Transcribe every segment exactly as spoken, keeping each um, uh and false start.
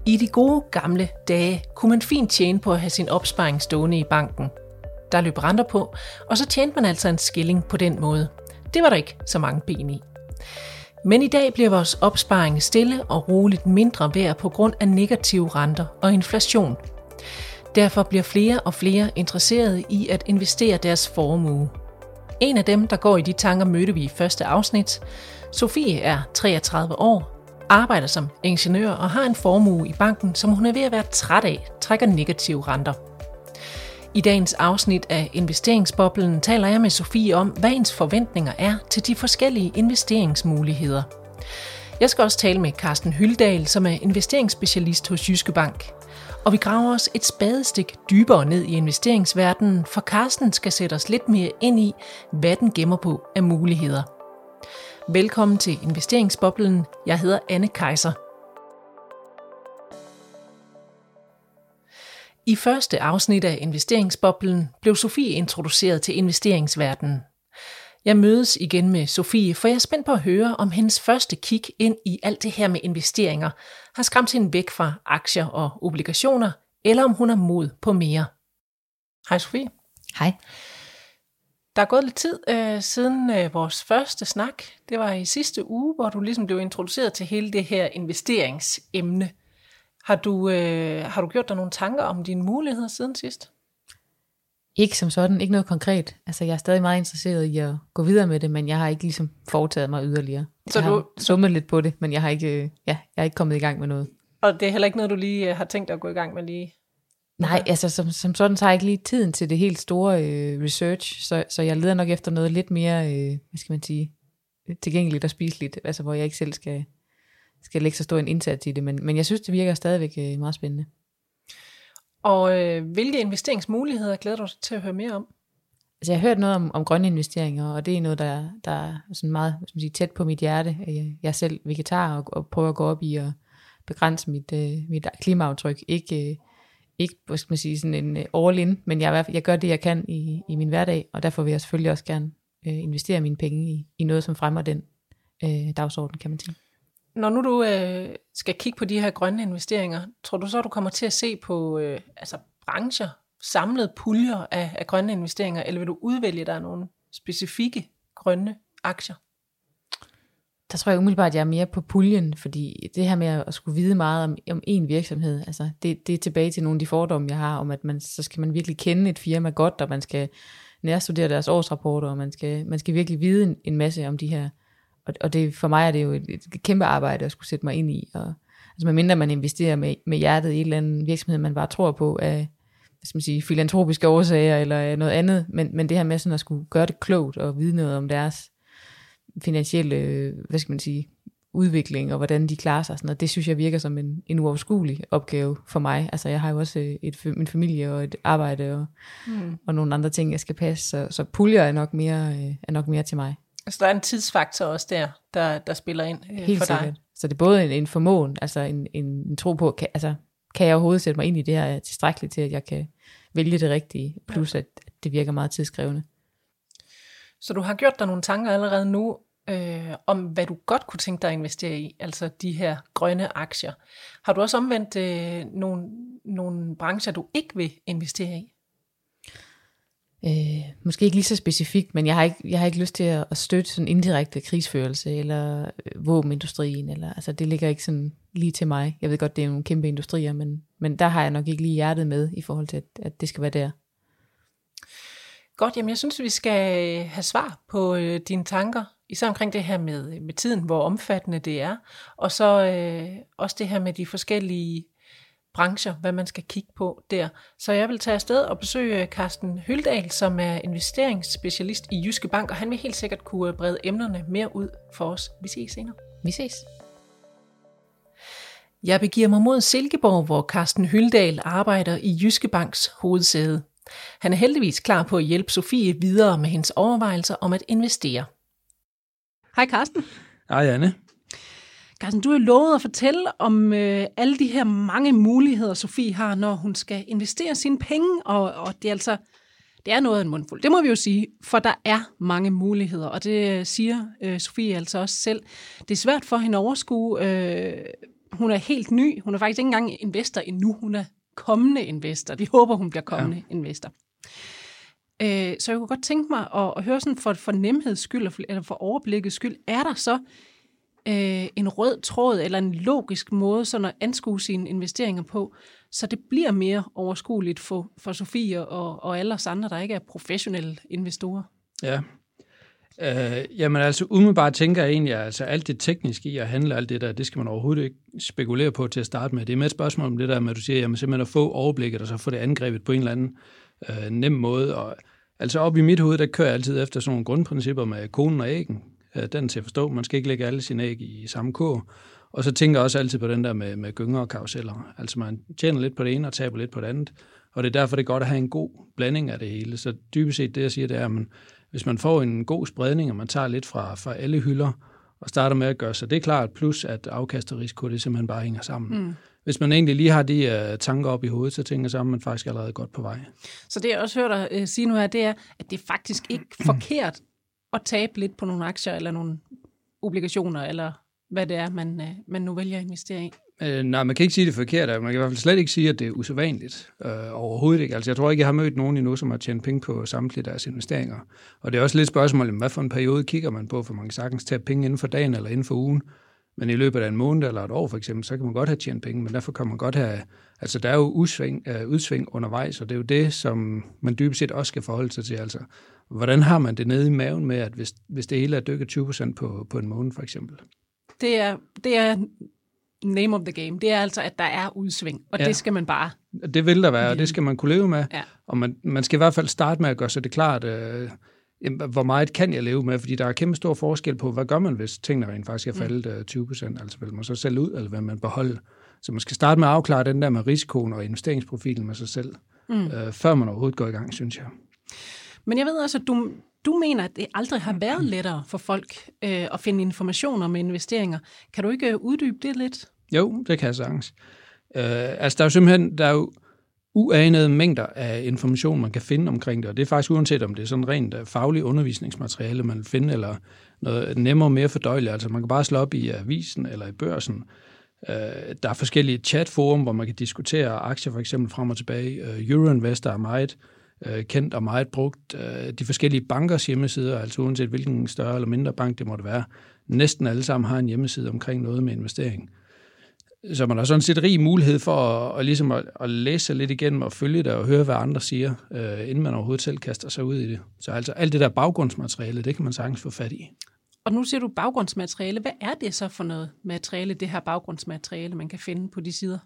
I de gode gamle dage kunne man fint tjene på at have sin opsparing stående i banken. Der løb renter på, og så tjente man altså en skilling på den måde. Det var der ikke så mange ben i. Men i dag bliver vores opsparing stille og roligt mindre værd på grund af negative renter og inflation. Derfor bliver flere og flere interesserede i at investere deres formue. En af dem, der går i de tanker, mødte vi i første afsnit. Sofie er treogtredive år, arbejder som ingeniør og har en formue i banken, som hun er ved at være træt af, trækker negative renter. I dagens afsnit af Investeringsboblen taler jeg med Sofie om, hvad ens forventninger er til de forskellige investeringsmuligheder. Jeg skal også tale med Carsten Hyldal, som er investeringsspecialist hos Jyske Bank. Og vi graver os et spadestik dybere ned i investeringsverdenen, for Carsten skal sætte os lidt mere ind i, hvad den gemmer på af muligheder. Velkommen til Investeringsboblen. Jeg hedder Anne Kejser. I første afsnit af Investeringsboblen blev Sofie introduceret til investeringsverdenen. Jeg mødes igen med Sofie, for jeg er spændt på at høre, om hendes første kig ind i alt det her med investeringer har skræmt hende væk fra aktier og obligationer, eller om hun har mod på mere. Hej Sofie. Hej. Der er gået lidt tid øh, siden øh, vores første snak. Det var i sidste uge, hvor du ligesom blev introduceret til hele det her investeringsemne. Har du, øh, har du gjort dig nogle tanker om dine muligheder siden sidst? Ikke som sådan, ikke noget konkret. Altså jeg er stadig meget interesseret i at gå videre med det, men jeg har ikke ligesom foretaget mig yderligere. Så jeg du har summet lidt på det, men jeg har ikke, ja, jeg er ikke kommet i gang med noget. Og det er heller ikke noget, du lige har tænkt dig at gå i gang med lige? Nej, altså som, som sådan så har jeg ikke lige tiden til det helt store øh, research, så, så jeg leder nok efter noget lidt mere, øh, hvad skal man sige, tilgængeligt og spiseligt, altså hvor jeg ikke selv skal, skal lægge så stor en indsats i det, men, men jeg synes, det virker stadigvæk øh, meget spændende. Og øh, hvilke investeringsmuligheder glæder du dig til at høre mere om? Altså jeg har hørt noget om, om grønne investeringer, og det er noget, der, der er sådan meget hvad skal man sige, tæt på mit hjerte. Jeg, jeg er selv vegetar og, og prøver at gå op i at begrænse mit, øh, mit klimaaftryk. Ikke, øh, ikke hvad skal man sige, sådan en all-in, men jeg, jeg gør det, jeg kan i, i min hverdag, og derfor vil jeg selvfølgelig også gerne øh, investere mine penge i, i noget, som fremmer den øh, dagsorden, kan man sige. Når nu du øh, skal kigge på de her grønne investeringer, tror du så, du kommer til at se på øh, altså brancher, samlede puljer af, af grønne investeringer, eller vil du udvælge dig nogle specifikke grønne aktier? Der tror jeg umiddelbart, at jeg er mere på puljen, fordi det her med at skulle vide meget om, om én virksomhed, altså det, det er tilbage til nogle af de fordomme, jeg har, om at man, så skal man virkelig kende et firma godt, og man skal nærstudere deres årsrapporter, og man skal, man skal virkelig vide en, en masse om de her. Og, og det, for mig er det jo et, et kæmpe arbejde at skulle sætte mig ind i. Og, altså medmindre man investerer med, med hjertet i en eller anden virksomhed, man bare tror på af hvad skal man sige, filantropiske årsager eller noget andet. Men, men det her med sådan at skulle gøre det klogt og vide noget om deres finansielle hvad skal man sige, udvikling og hvordan de klarer sig. Sådan noget, det synes jeg virker som en, en uoverskuelig opgave for mig. Altså jeg har jo også et, en familie og et arbejde og, mm. og nogle andre ting, jeg skal passe. Så, så puljer er nok, mere, er nok mere til mig. Altså der er en tidsfaktor også der, der, der spiller ind øh, Helt for sikkert. dig. Så det er både en, en formåen, altså en, en, en tro på, kan, altså kan jeg overhovedet sætte mig ind i det her tilstrækkeligt til, at jeg kan vælge det rigtige, plus at det virker meget tidskrævende. Så du har gjort dig nogle tanker allerede nu, øh, om hvad du godt kunne tænke dig at investere i, altså de her grønne aktier. Har du også omvendt øh, nogle, nogle brancher, du ikke vil investere i? Øh, måske ikke lige så specifikt, men jeg har ikke, jeg har ikke lyst til at, at støtte sådan indirekte krigsførelse eller øh, våbenindustrien, eller, altså det ligger ikke sådan lige til mig. Jeg ved godt, det er nogle kæmpe industrier, men, men der har jeg nok ikke lige hjertet med i forhold til, at, at det skal være der. Godt, jamen jeg synes, vi skal have svar på øh, dine tanker, især omkring det her med, med tiden, hvor omfattende det er, og så øh, også det her med de forskellige brancher, hvad man skal kigge på der. Så jeg vil tage afsted og besøge Carsten Hyldal, som er investeringsspecialist i Jyske Bank, og han vil helt sikkert kunne brede emnerne mere ud for os. Vi ses senere. Vi ses. Jeg begiver mig mod Silkeborg, hvor Carsten Hyldal arbejder i Jyske Banks hovedsæde. Han er heldigvis klar på at hjælpe Sofie videre med hendes overvejelser om at investere. Hej Carsten. Hej Anne. Carsten, du har lovet at fortælle om øh, alle de her mange muligheder, Sofie har, når hun skal investere sine penge, og, og det er altså det er noget af en mundfuld. Det må vi jo sige, for der er mange muligheder, og det siger øh, Sofie altså også selv. Det er svært for hende at overskue, øh, hun er helt ny. Hun er faktisk ikke engang investor endnu. Hun er kommende investor. Vi håber, hun bliver kommende ja. investor. Øh, så jeg kunne godt tænke mig at, at høre sådan for, for nemheds skyld, eller for overblikkets skyld, er der så øh, en rød tråd, eller en logisk måde sådan at anskue sine investeringer på, så det bliver mere overskueligt for, for Sofie og, og alle os andre, der ikke er professionelle investorer? Ja, øh, jamen altså umiddelbart tænker jeg egentlig, at altså, alt det tekniske i at handle alt det der, det skal man overhovedet ikke spekulere på til at starte med. Det er med et spørgsmål om det der med, at du siger, jamen simpelthen at få overblikket, og så få det angrebet på en eller anden øh, nem måde. Og, altså op i mit hoved, der kører jeg altid efter sådan nogle grundprincipper med konen og æggen. Øh, den til at forstå, man skal ikke lægge alle sine æg i samme kurv. Og så tænker jeg også altid på den der med, med gynger og karuseller. Altså man tjener lidt på det ene og taber lidt på det andet. Og det er derfor, det er godt at have en god blanding af det hele. Så dybest set det, jeg siger, det er, at man, hvis man får en god spredning, og man tager lidt fra, fra alle hylder, og starter med at gøre sig det klart, plus at afkast og risiko, det simpelthen bare hænger sammen. Mm. Hvis man egentlig lige har de uh, tanker op i hovedet, så tænker jeg så, at man faktisk allerede godt på vej. Så det, jeg også hørt dig uh, sige nu her, det er, at det er faktisk ikke forkert at tabe lidt på nogle aktier, eller nogle obligationer, eller hvad det er, man, uh, man nu vælger at investere i. Øh, nej, man kan ikke sige det forkert. Man kan i hvert fald slet ikke sige, at det er usædvanligt. Øh, overhovedet ikke. Altså, jeg tror ikke, jeg har mødt nogen endnu, som har tjent penge på samtlige deres investeringer. Og det er også lidt spørgsmål, hvad for en periode kigger man på, for man kan sagtens tage penge inden for dagen eller inden for ugen. Men i løbet af en måned eller et år for eksempel, så kan man godt have tjent penge, men derfor kan man godt have... Altså, der er jo udsving, øh, udsving undervejs, og det er jo det, som man dybest set også skal forholde sig til. Altså, hvordan har man det nede i maven med, at hvis, hvis det hele er dykket tyve procent på, på en måned for eksempel? Det er... Det er name of the game. Det er altså, at der er udsving, og ja. det skal man bare... Det vil der være, og det skal man kunne leve med. Ja. Og man, man skal i hvert fald starte med at gøre sig det klart, øh, hvor meget kan jeg leve med, fordi der er kæmpe stor forskel på, hvad gør man, hvis tingene rent faktisk er faldet øh, tyve procent, altså vil man så sælge ud, eller vil man beholde. Så man skal starte med at afklare den der med risikoen og investeringsprofilen med sig selv, mm. øh, før man overhovedet går i gang, synes jeg. Men jeg ved også, at du... Du mener, at det aldrig har været lettere for folk øh, at finde information om investeringer. Kan du ikke uddybe det lidt? Jo, det kan jeg sagtens. Øh, altså, der er jo simpelthen der er jo uanede mængder af information, man kan finde omkring det, og det er faktisk uanset, om det er sådan rent faglig undervisningsmateriale, man finder, eller noget nemmere og mere fordøjeligt. Altså, man kan bare slå op i avisen eller i børsen. Øh, der er forskellige chatforum, hvor man kan diskutere aktier, for eksempel frem og tilbage. Øh, Euroinvestor er meget kendt og meget brugt. De forskellige bankers hjemmesider, altså uanset hvilken større eller mindre bank det måtte være, næsten alle sammen har en hjemmeside omkring noget med investering. Så man har sådan set rig mulighed for at, at, ligesom at, at læse lidt igennem og følge det og høre, hvad andre siger, øh, inden man overhovedet selv kaster sig ud i det. Så altså alt det der baggrundsmateriale, det kan man sagtens få fat i. Og nu siger du baggrundsmateriale. Hvad er det så for noget materiale, det her baggrundsmateriale, man kan finde på de sider?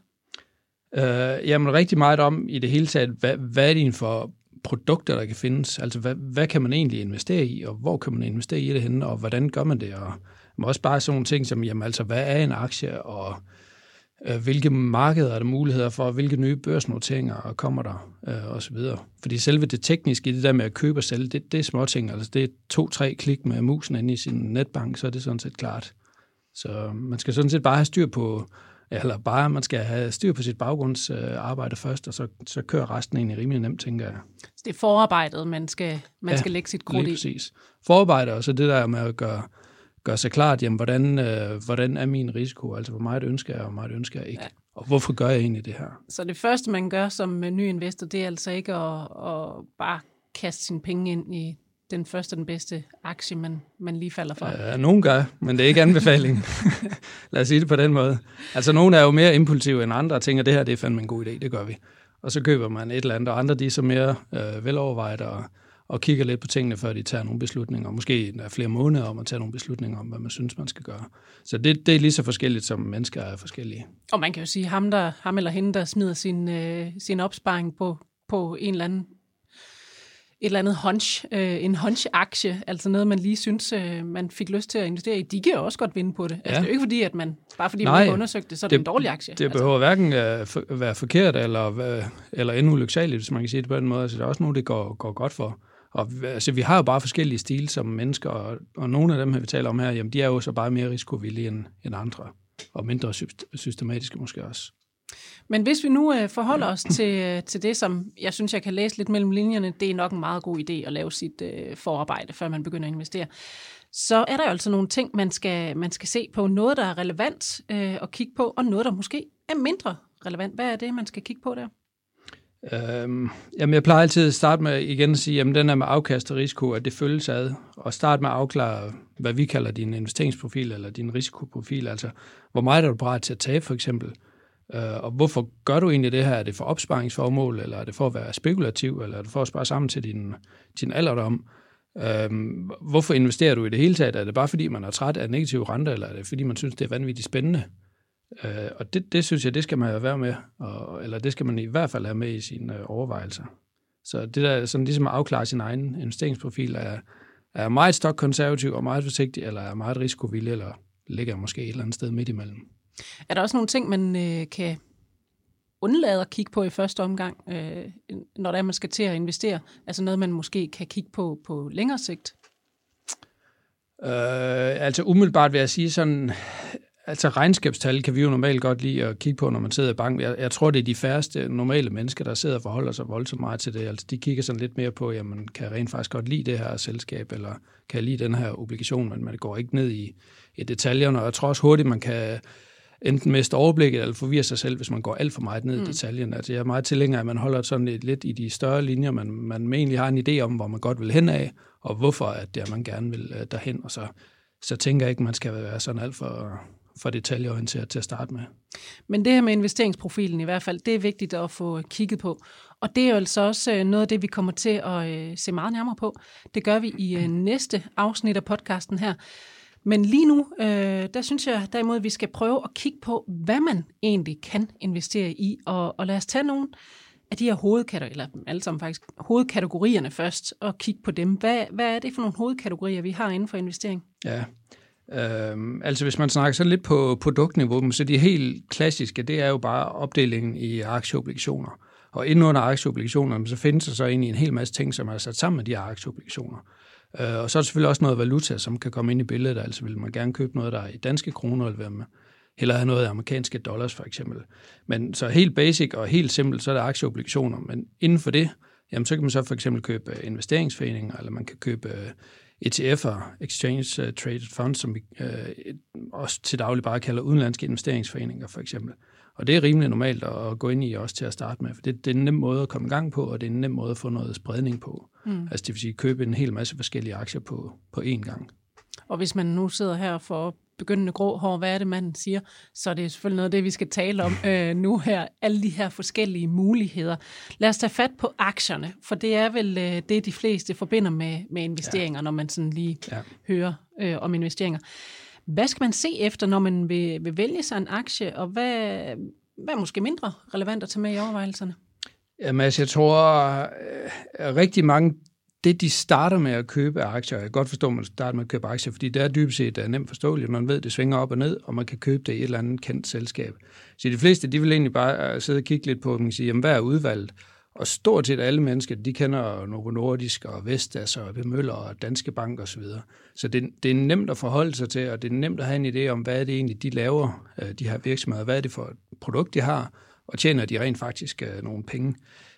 Øh, jamen rigtig meget om i det hele taget, hvad, hvad er det for produkter, der kan findes? Altså, hvad, hvad kan man egentlig investere i, og hvor kan man investere i det henne, og hvordan gør man det? Og man også bare sådan nogle ting som, jamen altså, hvad er en aktie, og øh, hvilke markeder er der muligheder for, hvilke nye børsnoteringer kommer der, øh, og så videre. Fordi selve det tekniske i det der med at købe og sælge, det, det er småting. Altså, det er to-tre klik med musen inde i sin netbank, så er det sådan set klart. Så man skal sådan set bare have styr på, eller bare, man skal have styr på sit baggrundsarbejde først, og så, så kører resten egentlig rimelig nemt, tænker jeg. Så det er forarbejdet, man skal, man ja, skal lægge sit krudt i? Præcis. Forarbejde, og så det der med at gøre, gøre sig klart, jamen, hvordan, øh, hvordan er min risiko, altså hvor meget ønsker jeg, og hvor meget ønsker jeg ikke, ja. Og hvorfor gør jeg egentlig det her? Så det første, man gør som ny investor, det er altså ikke at, at bare kaste sine penge ind i den første og den bedste aktie, man, man lige falder for? Ja, nogen gør, men det er ikke anbefaling. Lad os sige det på den måde. Altså, nogen er jo mere impulsive end andre, og tænker, det her det er fandme en god idé, det gør vi. Og så køber man et eller andet, og andre de er så mere øh, velovervejet og, og kigger lidt på tingene, før de tager nogle beslutninger, og måske der er flere måneder om at tage nogle beslutninger om, hvad man synes, man skal gøre. Så det, det er lige så forskelligt, som mennesker er forskellige. Og man kan jo sige, ham, der, ham eller hende, der smider sin, øh, sin opsparing på, på en eller anden et eller andet hunch, øh, en hunch-aktie, altså noget, man lige synes, øh, man fik lyst til at investere i, de kan jo også godt vinde på det. Altså, ja. Det er jo ikke fordi, at man, bare fordi Nej, man ikke har undersøgt det, så er det, det en dårlig aktie. Det altså. behøver hverken uh, for, være forkert eller, uh, eller endnu ulyksaligt, hvis man kan sige det på den måde. Altså, der er også nogen, det går, går godt for. Og altså, vi har jo bare forskellige stile som mennesker, og, og nogle af dem, her, vi taler om her, jamen, de er jo så bare mere risikovillige end, end andre, og mindre systematiske måske også. Men hvis vi nu øh, forholder os til, til det, som jeg synes, jeg kan læse lidt mellem linjerne, det er nok en meget god idé at lave sit øh, forarbejde, før man begynder at investere. så er der jo altså nogle ting, man skal, man skal se på. Noget, der er relevant øh, at kigge på, og noget, der måske er mindre relevant. Hvad er det, man skal kigge på der? Øhm, jamen, jeg plejer altid at starte med igen at sige, at den er med afkast og risiko, at det følges ad. Og starte med at afklare, hvad vi kalder din investeringsprofil eller din risikoprofil. Altså, hvor meget er du parat til at tabe, for eksempel? Øh, og hvorfor gør du egentlig det her? Er det for opsparingsformål, eller er det for at være spekulativ, eller er det for at spare sammen til din, din alderdom? Øhm, hvorfor investerer du i det hele taget? Er det bare fordi, man er træt af negative renter, eller er det fordi, man synes, det er vanvittigt spændende? Øh, og det, det synes jeg, det skal man jo være med, og, eller det skal man i hvert fald have med i sine øh, overvejelser. Så det der sådan ligesom at afklare sin egen investeringsprofil, er, er meget stokkonservativ og meget forsigtig, eller er meget risikovillig, eller ligger måske et eller andet sted midt imellem. Er der også nogle ting, man øh, kan undlade at kigge på i første omgang, øh, når det er, man skal til at investere? Altså noget, man måske kan kigge på på længere sigt? Øh, altså umiddelbart vil jeg sige sådan, altså regnskabstal kan vi jo normalt godt lide at kigge på, når man sidder i banken. Jeg, jeg tror, det er de færreste normale mennesker, der sidder og forholder sig voldsomt meget til det. Altså de kigger sådan lidt mere på, jamen kan jeg rent faktisk godt lide det her selskab, eller kan jeg lide den her obligation, men man går ikke ned i, i detaljerne. Og jeg tror også hurtigt, man kan enten miste overblikket eller forvirre sig selv, hvis man går alt for meget ned i mm. detaljerne. Altså jeg er meget tilhænger af, at man holder sådan lidt, lidt i de større linjer, man, man egentlig har en idé om, hvor man godt vil hen af, og hvorfor at det er, man gerne vil uh, derhen. Og så, så tænker jeg ikke, man skal være sådan alt for, for detaljeorienteret til at starte med. Men det her med investeringsprofilen i hvert fald, det er vigtigt at få kigget på. Og det er jo altså også noget af det, vi kommer til at uh, se meget nærmere på. Det gør vi i uh, næste afsnit af podcasten her. Men lige nu, øh, der synes jeg derimod, at vi skal prøve at kigge på, hvad man egentlig kan investere i. Og, og lad os tage nogle af de her hovedkategorier, eller alle sammen faktisk hovedkategorierne først, og kigge på dem. Hvad, hvad er det for nogle hovedkategorier, vi har inden for investering? Ja, øh, altså hvis man snakker sådan lidt på produktniveau, så de helt klassiske, det er jo bare opdelingen i aktieobligationer. Og inden under aktieobligationerne, så findes der så egentlig en hel masse ting, som er sat sammen med de her aktieobligationer. Uh, og så er der selvfølgelig også noget valuta, som kan komme ind i billedet. Altså vil man gerne købe noget, der er i danske kroner, eller vil man hellere have noget af amerikanske dollars, for eksempel. Men så helt basic og helt simpelt, så er der aktieobligationer. Men inden for det, jamen, så kan man så for eksempel købe investeringsforeninger, eller man kan købe E T F'er, Exchange Traded Funds, som vi uh, også til daglig bare kalder udenlandske investeringsforeninger, for eksempel. Og det er rimelig normalt at gå ind i også til at starte med, for det, det er en nem måde at komme i gang på, og det er en nem måde at få noget spredning på. Mm. Altså det vil sige, købe en hel masse forskellige aktier på, på én gang. Og hvis man nu sidder her for begyndende grå hår, hvad er det, man siger, så er det selvfølgelig noget af det, vi skal tale om øh, nu her. Alle de her forskellige muligheder. Lad os tage fat på aktierne, for det er vel øh, det, de fleste forbinder med, med investeringer, ja. Når man sådan lige ja. hører øh, om investeringer. Hvad skal man se efter, når man vil, vil vælge sig en aktie, og hvad, hvad er måske mindre relevant at tage med i overvejelserne? Jamen altså, jeg tror, at rigtig mange, det de starter med at købe aktier, jeg kan godt forstå, at man starter med at købe aktier, fordi det er dybest set er nemt forståeligt, man ved, det svinger op og ned, og man kan købe det i et eller andet kendt selskab. Så de fleste, de vil egentlig bare sidde og kigge lidt på, man kan sige, jamen, hvad er udvalget? Og stort set alle mennesker, de kender Novo Nordisk og Vestas og A P Møller og Danske Bank osv. Så, så det, det er nemt at forholde sig til, og det er nemt at have en idé om, hvad er det egentlig, de laver, de her virksomheder, hvad er det for et produkt, de har, og tjener de rent faktisk nogle penge.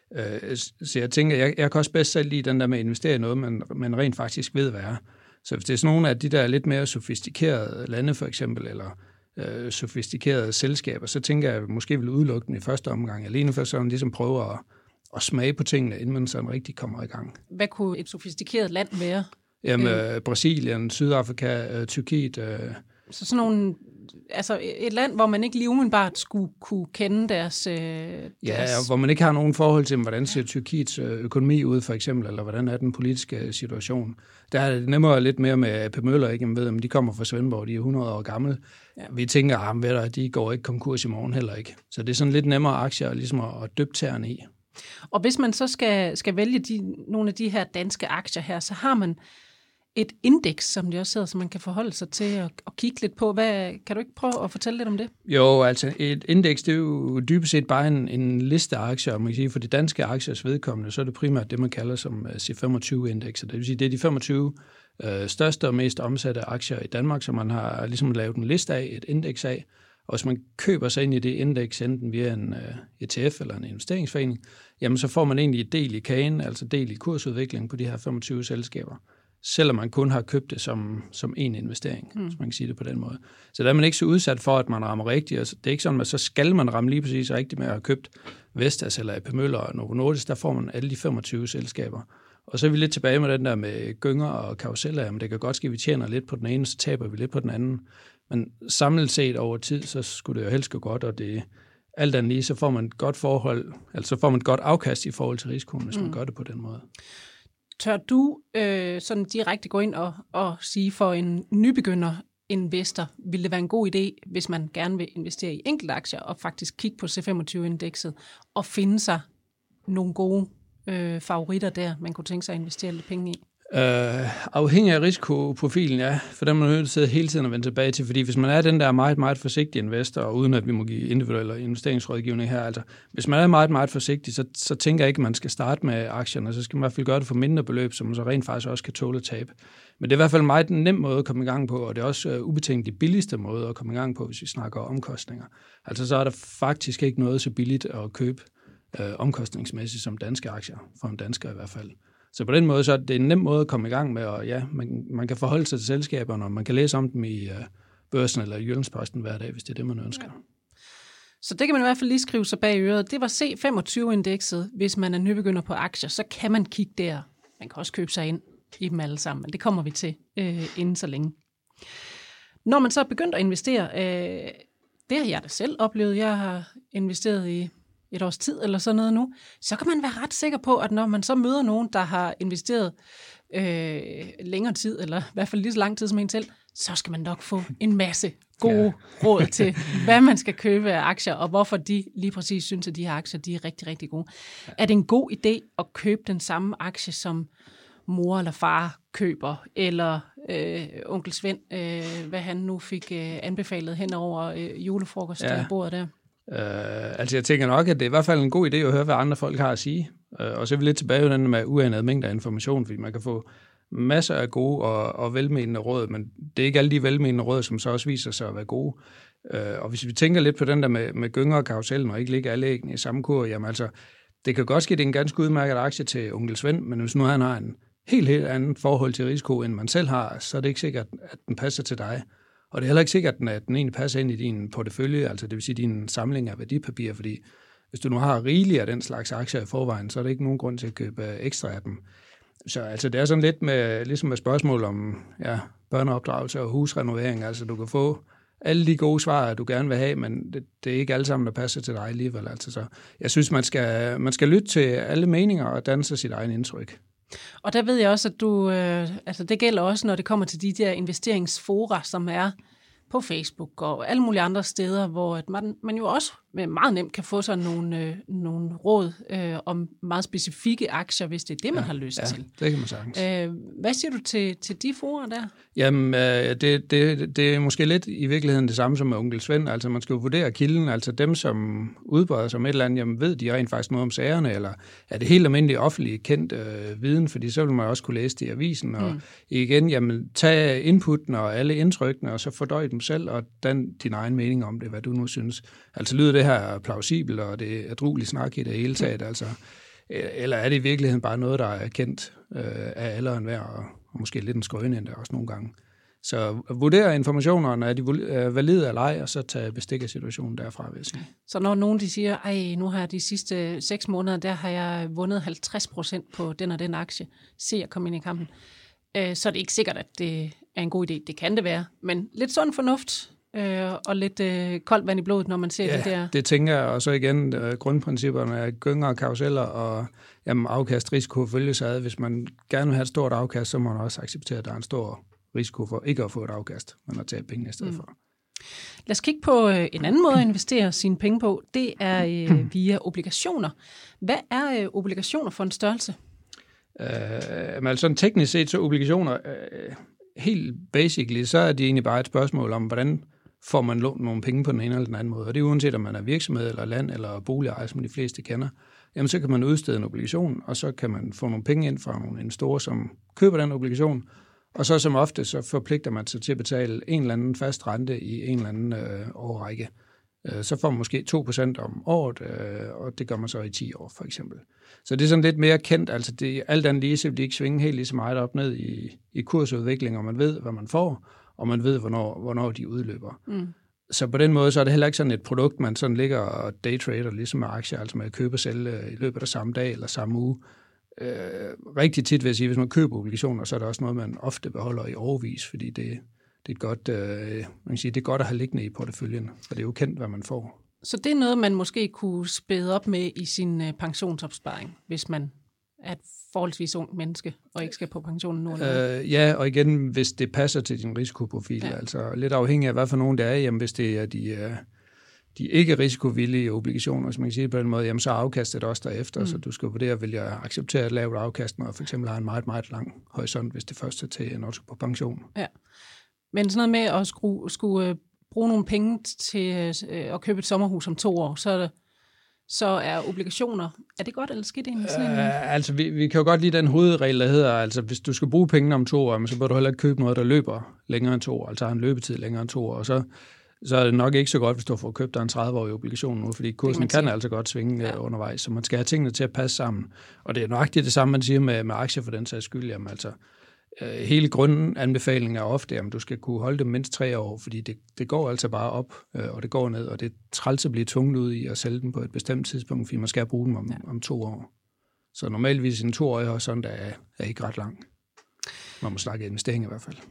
Så jeg tænker, jeg, jeg kan også bedst selv lide den der med at investere i noget, man, man rent faktisk ved, hvad er. Så hvis det er sådan nogle af de der lidt mere sofistikerede lande for eksempel, eller øh, sofistikerede selskaber, så tænker jeg, at jeg måske vil udelukke den i første omgang, alene for sådan ligesom prøve at og smage på tingene, inden man sådan rigtig kommer i gang. Hvad kunne et sofistikeret land være? Jamen, øh, Brasilien, Sydafrika, øh, Tyrkiet. Øh. Så sådan nogle, altså et land, hvor man ikke lige umiddelbart skulle kunne kende deres... Øh, deres... Ja, hvor man ikke har nogen forhold til, hvordan ser Tyrkiets økonomi ud, for eksempel, eller hvordan er den politiske situation. Der er det nemmere lidt mere med A P Møller, ikke? Man ved, om de kommer fra Svendborg, de er hundrede år gamle. Ja. Vi tænker, at de går ikke konkurs i morgen heller ikke. Så det er sådan lidt nemmere aktier, ligesom at dyppe tæerne i. Og hvis man så skal, skal vælge de, nogle af de her danske aktier her, så har man et indeks, som det også hedder, så man kan forholde sig til og, og kigge lidt på. Hvad, kan du ikke prøve at fortælle lidt om det? Jo, altså et indeks, det er jo dybest set bare en, en liste af aktier, man kan sige. For de danske aktiers vedkommende, så er det primært det, man kalder som C femogtyve-indekser. Det vil sige, det er de femogtyve øh, største og mest omsatte aktier i Danmark, som man har ligesom lavet en liste af, et indeks af. Og hvis man køber sig ind i det indeks, enten via en uh, E T F eller en investeringsforening, jamen så får man egentlig et del i kagen, altså del i kursudviklingen på de her femogtyve selskaber. selvom man kun har købt det som, som en investering, mm. hvis man kan sige det på den måde. Så der er man ikke så udsat for, at man rammer rigtigt. Altså, det er ikke sådan, at så skal man ramme lige præcis rigtigt med at have købt Vestas eller A P Møller og Novo Nordisk. Der får man alle de femogtyve selskaber. Og så er vi lidt tilbage med den der med gynger og karuseller. Men det kan godt ske, at vi tjener lidt på den ene, så taber vi lidt på den anden. Men samlet set over tid, så skulle det jo helst gå godt, og det alt andet lige, så får man et godt forhold, altså får man et godt afkast i forhold til risikoen, hvis mm. man gør det på den måde. Tør du øh, sådan direkte gå ind og, og sige, for en nybegynder investor, vil det være en god idé, hvis man gerne vil investere i enkeltaktier, og faktisk kigge på C femogtyve-indekset, og finde sig nogle gode øh, favoritter der, man kunne tænke sig at investere lidt penge i? Uh, afhængig af risikoprofilen, ja, for den man nødt til hele tiden at vende tilbage til, fordi hvis man er den der meget, meget forsigtige investor, og uden at vi må give individuelle investeringsrådgivning her, altså hvis man er meget, meget forsigtig, så, så tænker jeg ikke, at man skal starte med aktierne, så skal man i hvert fald gøre det for mindre beløb, som man så rent faktisk også kan tåle at tabe. Men det er i hvert fald en meget nem måde at komme i gang på, og det er også uh, ubetinget de billigste måde at komme i gang på, hvis vi snakker omkostninger. Altså så er der faktisk ikke noget så billigt at købe uh, omkostningsmæssigt som danske aktier, for en dansker i hvert fald. Så på den måde, så er det en nem måde at komme i gang med, og ja, man, man kan forholde sig til selskaberne, og man kan læse om dem i uh, Børsen eller Jyllandsposten hver dag, hvis det er det, man ønsker. Ja. Så det kan man i hvert fald lige skrive sig bag øret. Det var C femogtyve-indekset. Hvis man er nybegynder på aktier, så kan man kigge der. Man kan også købe sig ind i dem alle sammen, men det kommer vi til øh, inden så længe. Når man så er begyndt at investere, øh, det har jeg da selv oplevet. Jeg har investeret i et års tid eller sådan noget nu, så kan man være ret sikker på, at når man så møder nogen, der har investeret øh, længere tid, eller i hvert fald lige så lang tid som en selv, så skal man nok få en masse gode ja. råd til, hvad man skal købe af aktier, og hvorfor de lige præcis synes, at de her aktier de er rigtig, rigtig gode. Ja. Er det en god idé at købe den samme aktie, som mor eller far køber, eller øh, onkel Svend, øh, hvad han nu fik øh, anbefalet hen over øh, julefrokostbordet ja. der? Uh, altså jeg tænker nok, at det er i hvert fald en god idé at høre, hvad andre folk har at sige. Uh, og så er vi lidt tilbage den med uanede mængder af information, fordi man kan få masser af gode og, og velmenende råd, men det er ikke alle de velmenende råd, som så også viser sig at være gode. Uh, og hvis vi tænker lidt på den der med, med gynger og karusellen, og ikke ligge alle æggene i samme kur, jamen altså, det kan godt ske, at det er en ganske udmærket aktie til onkel Svend, men hvis nu han har en helt, helt anden forhold til risiko, end man selv har, så er det ikke sikkert, at den passer til dig. Og det er heller ikke sikkert, at den egentlig passer ind i din portefølje, altså det vil sige din samling af værdipapirer, fordi hvis du nu har rigeligt af den slags aktier i forvejen, så er der ikke nogen grund til at købe ekstra af dem. Så altså det er sådan lidt med, ligesom med spørgsmål om ja, børneopdragelse og husrenovering, altså du kan få alle de gode svar, du gerne vil have, men det, det er ikke alle sammen, der passer til dig alligevel. Altså, så jeg synes, man skal, man skal lytte til alle meninger og danne sig sit egen indtryk. Og der ved jeg også, at du, øh, altså det gælder også, når det kommer til de der investeringsfora, som er på Facebook og alle mulige andre steder, hvor at man, man jo også meget nemt kan få sådan nogle, øh, nogle råd øh, om meget specifikke aktier, hvis det er det, man ja, har lyst ja, til. det kan man sagtens. Øh, hvad siger du til, til de fora der? Jamen, øh, det, det, det er måske lidt i virkeligheden det samme som med onkel Svend. Altså, man skal jo vurdere kilden, altså dem, som udbreder sig om et eller andet, jamen ved de rent faktisk noget om sagerne, eller er det helt almindelig offentlig kendt øh, viden, fordi så vil man også kunne læse det i avisen, og mm. igen, jamen, tag inputen og alle indtrykkene, og så fordøj dem selv, og dan din egen mening om det, hvad du nu synes. Altså, lyder det her plausibelt, og det er ædrueligt snak i det hele taget, altså, eller er det i virkeligheden bare noget, der er kendt øh, af alle og enhver, og, og måske lidt en skrøne endda også nogle gange. Så vurdere informationerne, er de valide eller ej, og så tage bestik af situationen derfra, vil jeg sige. Så når nogen de siger, ej, nu har jeg de sidste seks måneder, der har jeg vundet halvtreds procent på den og den aktie, se jeg komme ind i kampen, øh, så er det ikke sikkert, at det er en god idé. Det kan det være, men lidt sund fornuft, Øh, og lidt øh, koldt vand i blodet, når man ser ja, det der. det tænker jeg, og så igen øh, grundprincipperne af gynger og karuseller, og jamen, afkast risiko følges ad. Hvis man gerne vil have et stort afkast, så må man også acceptere, at der er en stor risiko for ikke at få et afkast, men at tage penge i stedet mm. for. Lad os kigge på øh, en anden måde at investere sine penge på. Det er øh, via obligationer. Hvad er øh, obligationer for en størrelse? Øh, men altså teknisk set, så obligationer... Øh, helt basically, så er det egentlig bare et spørgsmål om, hvordan får man lånt nogle penge på den ene eller den anden måde. Og det er uanset, om man er virksomhed eller land eller boligejer, som de fleste kender. Jamen, så kan man udstede en obligation, og så kan man få nogle penge ind fra nogle investorer, som køber den obligation. Og så som ofte, så forpligter man sig til at betale en eller anden fast rente i en eller anden øh, årrække. Øh, så får man måske to procent om året, øh, og det gør man så i ti år for eksempel. Så det er sådan lidt mere kendt, altså det, alt andet lige, så vil de ikke svinge helt lige så meget op ned i, i kursudvikling, og man ved, hvad man får, og man ved, hvornår, hvornår de udløber. Mm. Så på den måde, så er det heller ikke sådan et produkt, man sådan ligger og daytrader, ligesom med aktier, altså med at købe og sælge i løbet af samme dag eller samme uge. Øh, rigtig tit vil jeg sige, hvis man køber obligationer, så er det også noget, man ofte beholder i årevis, fordi det, det, er godt, øh, man kan sige, det er godt at have liggende i porteføljen, for det er jo kendt, hvad man får. Så det er noget, man måske kunne spæde op med i sin øh, pensionsopsparing, hvis man er et forholdsvis ung menneske, og ikke skal på pensionen nu? Øh, ja, og igen, hvis det passer til din risikoprofil. Ja. Altså lidt afhængig af, hvad for nogen det er, jamen hvis det er de, de ikke risikovillige obligationer, som man kan sige på den måde, jamen så er afkastet også derefter, mm. så du skal vurdere, vil jeg acceptere et lavt afkast, når for eksempel har en meget, meget lang horisont, hvis det først er til, når du skal på pension. Ja, men sådan noget med at skulle, skulle bruge nogle penge til at købe et sommerhus om to år, så er det Så er obligationer, er det godt eller skidt egentlig? Sådan en... uh, altså, vi, vi kan jo godt lide den hovedregel, der hedder, altså hvis du skal bruge pengene om to år, så bør du heller ikke købe noget, der løber længere end to år, altså har en løbetid længere end to år, og så, så er det nok ikke så godt, hvis du får købt dig en tredive-årig obligation nu, fordi kursen kan altså godt svinge ja. undervejs, så man skal have tingene til at passe sammen. Og det er nøjagtigt det samme, man siger med, med aktier for den sags skyld, jamen altså, hele grundanbefalingen er ofte, at du skal kunne holde det mindst tre år, fordi det, det går altså bare op, og det går ned, og det er træls at blive tvunget ud i at sælge dem på et bestemt tidspunkt, fordi man skal bruge dem om, ja. om to år. Så normalvis en toårig horisont er, er ikke ret lang. Man må snakke investering i hvert fald.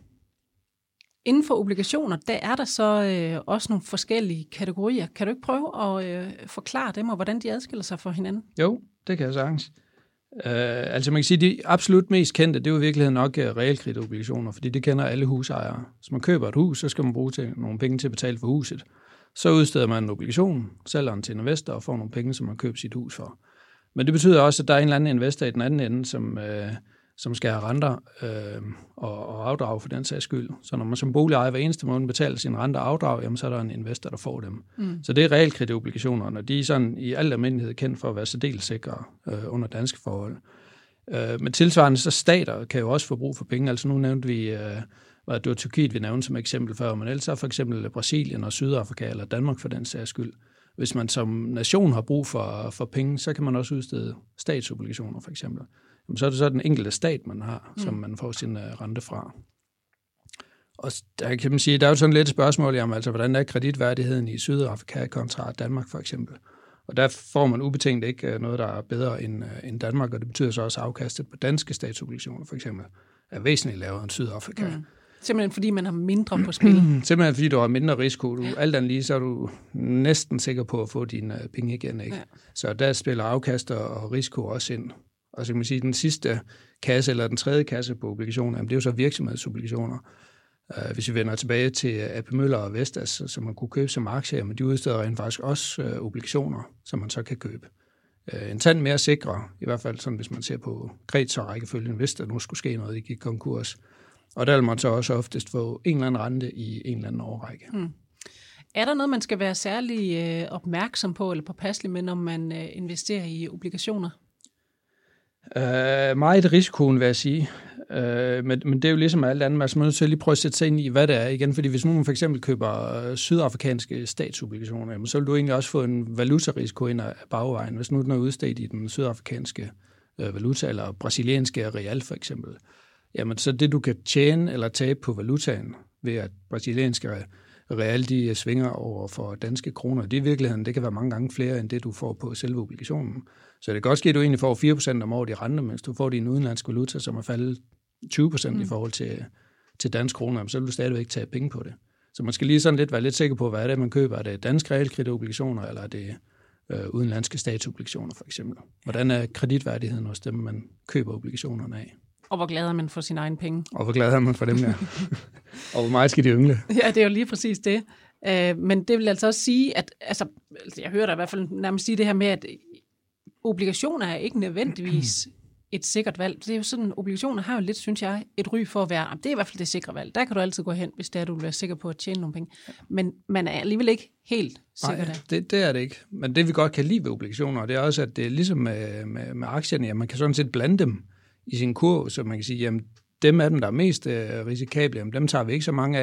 Inden for obligationer, der er der så øh, også nogle forskellige kategorier. Kan du ikke prøve at øh, forklare dem, og hvordan de adskiller sig fra hinanden? Jo, det kan jeg sagtens. Uh, altså man kan sige, at de absolut mest kendte, det er jo i virkeligheden nok uh, realkreditobligationer, fordi det kender alle husejere. Hvis man køber et hus, så skal man bruge til, nogle penge til at betale for huset. Så udsteder man en obligation, sælger den til en investor og får nogle penge, som man køber sit hus for. Men det betyder også, at der er en eller anden investor i den anden ende, som, uh, som skal have renter uh, og, og afdrag for den sags skyld. Så når man som boligejer hver eneste måned betaler sin renter og afdrag, jamen, så er der en investor, der får dem. Mm. Så det er realkreditobligationer, og de er sådan i al almindelighed kendt for at være særdeles sikre uh, under danske forhold. Uh, men tilsvarende så stater kan jo også få brug for penge. Altså nu nævnte vi, uh, det var Tyrkiet, vi nævnte som eksempel før, men ellers er for eksempel Brasilien og Sydafrika eller Danmark for den sags skyld. Hvis man som nation har brug for, for penge, så kan man også udstede statsobligationer for eksempel. Jamen, så er det så den enkelte stat, man har, mm. som man får sin uh, rente fra. Og der kan man sige, der er jo sådan lidt et spørgsmål om, altså, hvordan er kreditværdigheden i Sydafrika kontra Danmark for eksempel. Og der får man ubetinget ikke noget, der er bedre end, uh, end Danmark, og det betyder så også, at afkastet på danske statsobligationer for eksempel er væsentligt lavere end Sydafrika. Mm. Simpelthen fordi man har mindre på spil. Simpelthen fordi du har mindre risiko. Du, alt andet lige, så er du næsten sikker på at få dine uh, penge igen. Ikke? Ja. Så der spiller afkast og risiko også ind. Og så kan man sige, at den sidste kasse, eller den tredje kasse på obligationer, jamen det er jo så virksomhedsobligationer. Uh, hvis vi vender tilbage til A P Møller og Vestas, som man kunne købe som aktier, men de udsteder rent faktisk også uh, obligationer, som man så kan købe. Uh, en tand mere sikre, i hvert fald sådan, hvis man ser på kreds og rækkefølgen, hvis der nu skulle ske noget, det gik konkurs. Og der vil man så også oftest få en eller anden rente i en eller anden årrække. Hmm. Er der noget, man skal være særlig øh, opmærksom på, eller påpasselig med, når man øh, investerer i obligationer? Uh, meget risikoen, vil jeg sige. Uh, men, men det er jo ligesom alt andet. Man er nødt til at lige prøve at sætte sig ind i, hvad det er igen. Fordi hvis nogen for eksempel køber sydafrikanske statsobligationer, jamen, så vil du egentlig også få en valutarisiko ind af bagvejen. Hvis nu den er udstedt i den sydafrikanske uh, valuta, eller brasilianske real for eksempel, jamen så det du kan tjene eller tabe på valutaen, ved at brasilianske real de svinger over for danske kroner, det i virkeligheden, det kan være mange gange flere, end det du får på selve obligationen. Så det kan godt ske, at du egentlig får fire procent om året i rente, mens du får din udenlandske valuta, som er faldet tyve procent mm. i forhold til, til danske kroner, så vil du stadigvæk tage penge på det. Så man skal lige sådan lidt være lidt sikker på, hvad er det, man køber. Er det danske realkreditobligationer, eller er det øh, udenlandske statsobligationer for eksempel? Hvordan er kreditværdigheden hos dem, man køber obligationerne af? Og hvor glad er man for sine egne penge? Og hvor glad er man for dem, ja. Og hvor meget skal de yngle? Ja, det er jo lige præcis det. Uh, men det vil altså også sige, at altså, jeg hører dig i hvert fald nærmest sige det her med, at obligationer er ikke nødvendigvis et sikkert valg. Det er jo sådan, obligationer har jo lidt, synes jeg, et ry for at være, det er i hvert fald det sikre valg. Der kan du altid gå hen, hvis det er, du vil være sikker på at tjene nogle penge. Men man er alligevel ikke helt sikker der. Det, det er det ikke. Men det vi godt kan lide ved obligationer, det er også, at det er ligesom med, med, med aktierne, ja, man kan sådan set blande dem i sin kurv, så man kan sige, jamen dem af dem, der er mest øh, risikable, jamen, dem tager vi ikke så mange af.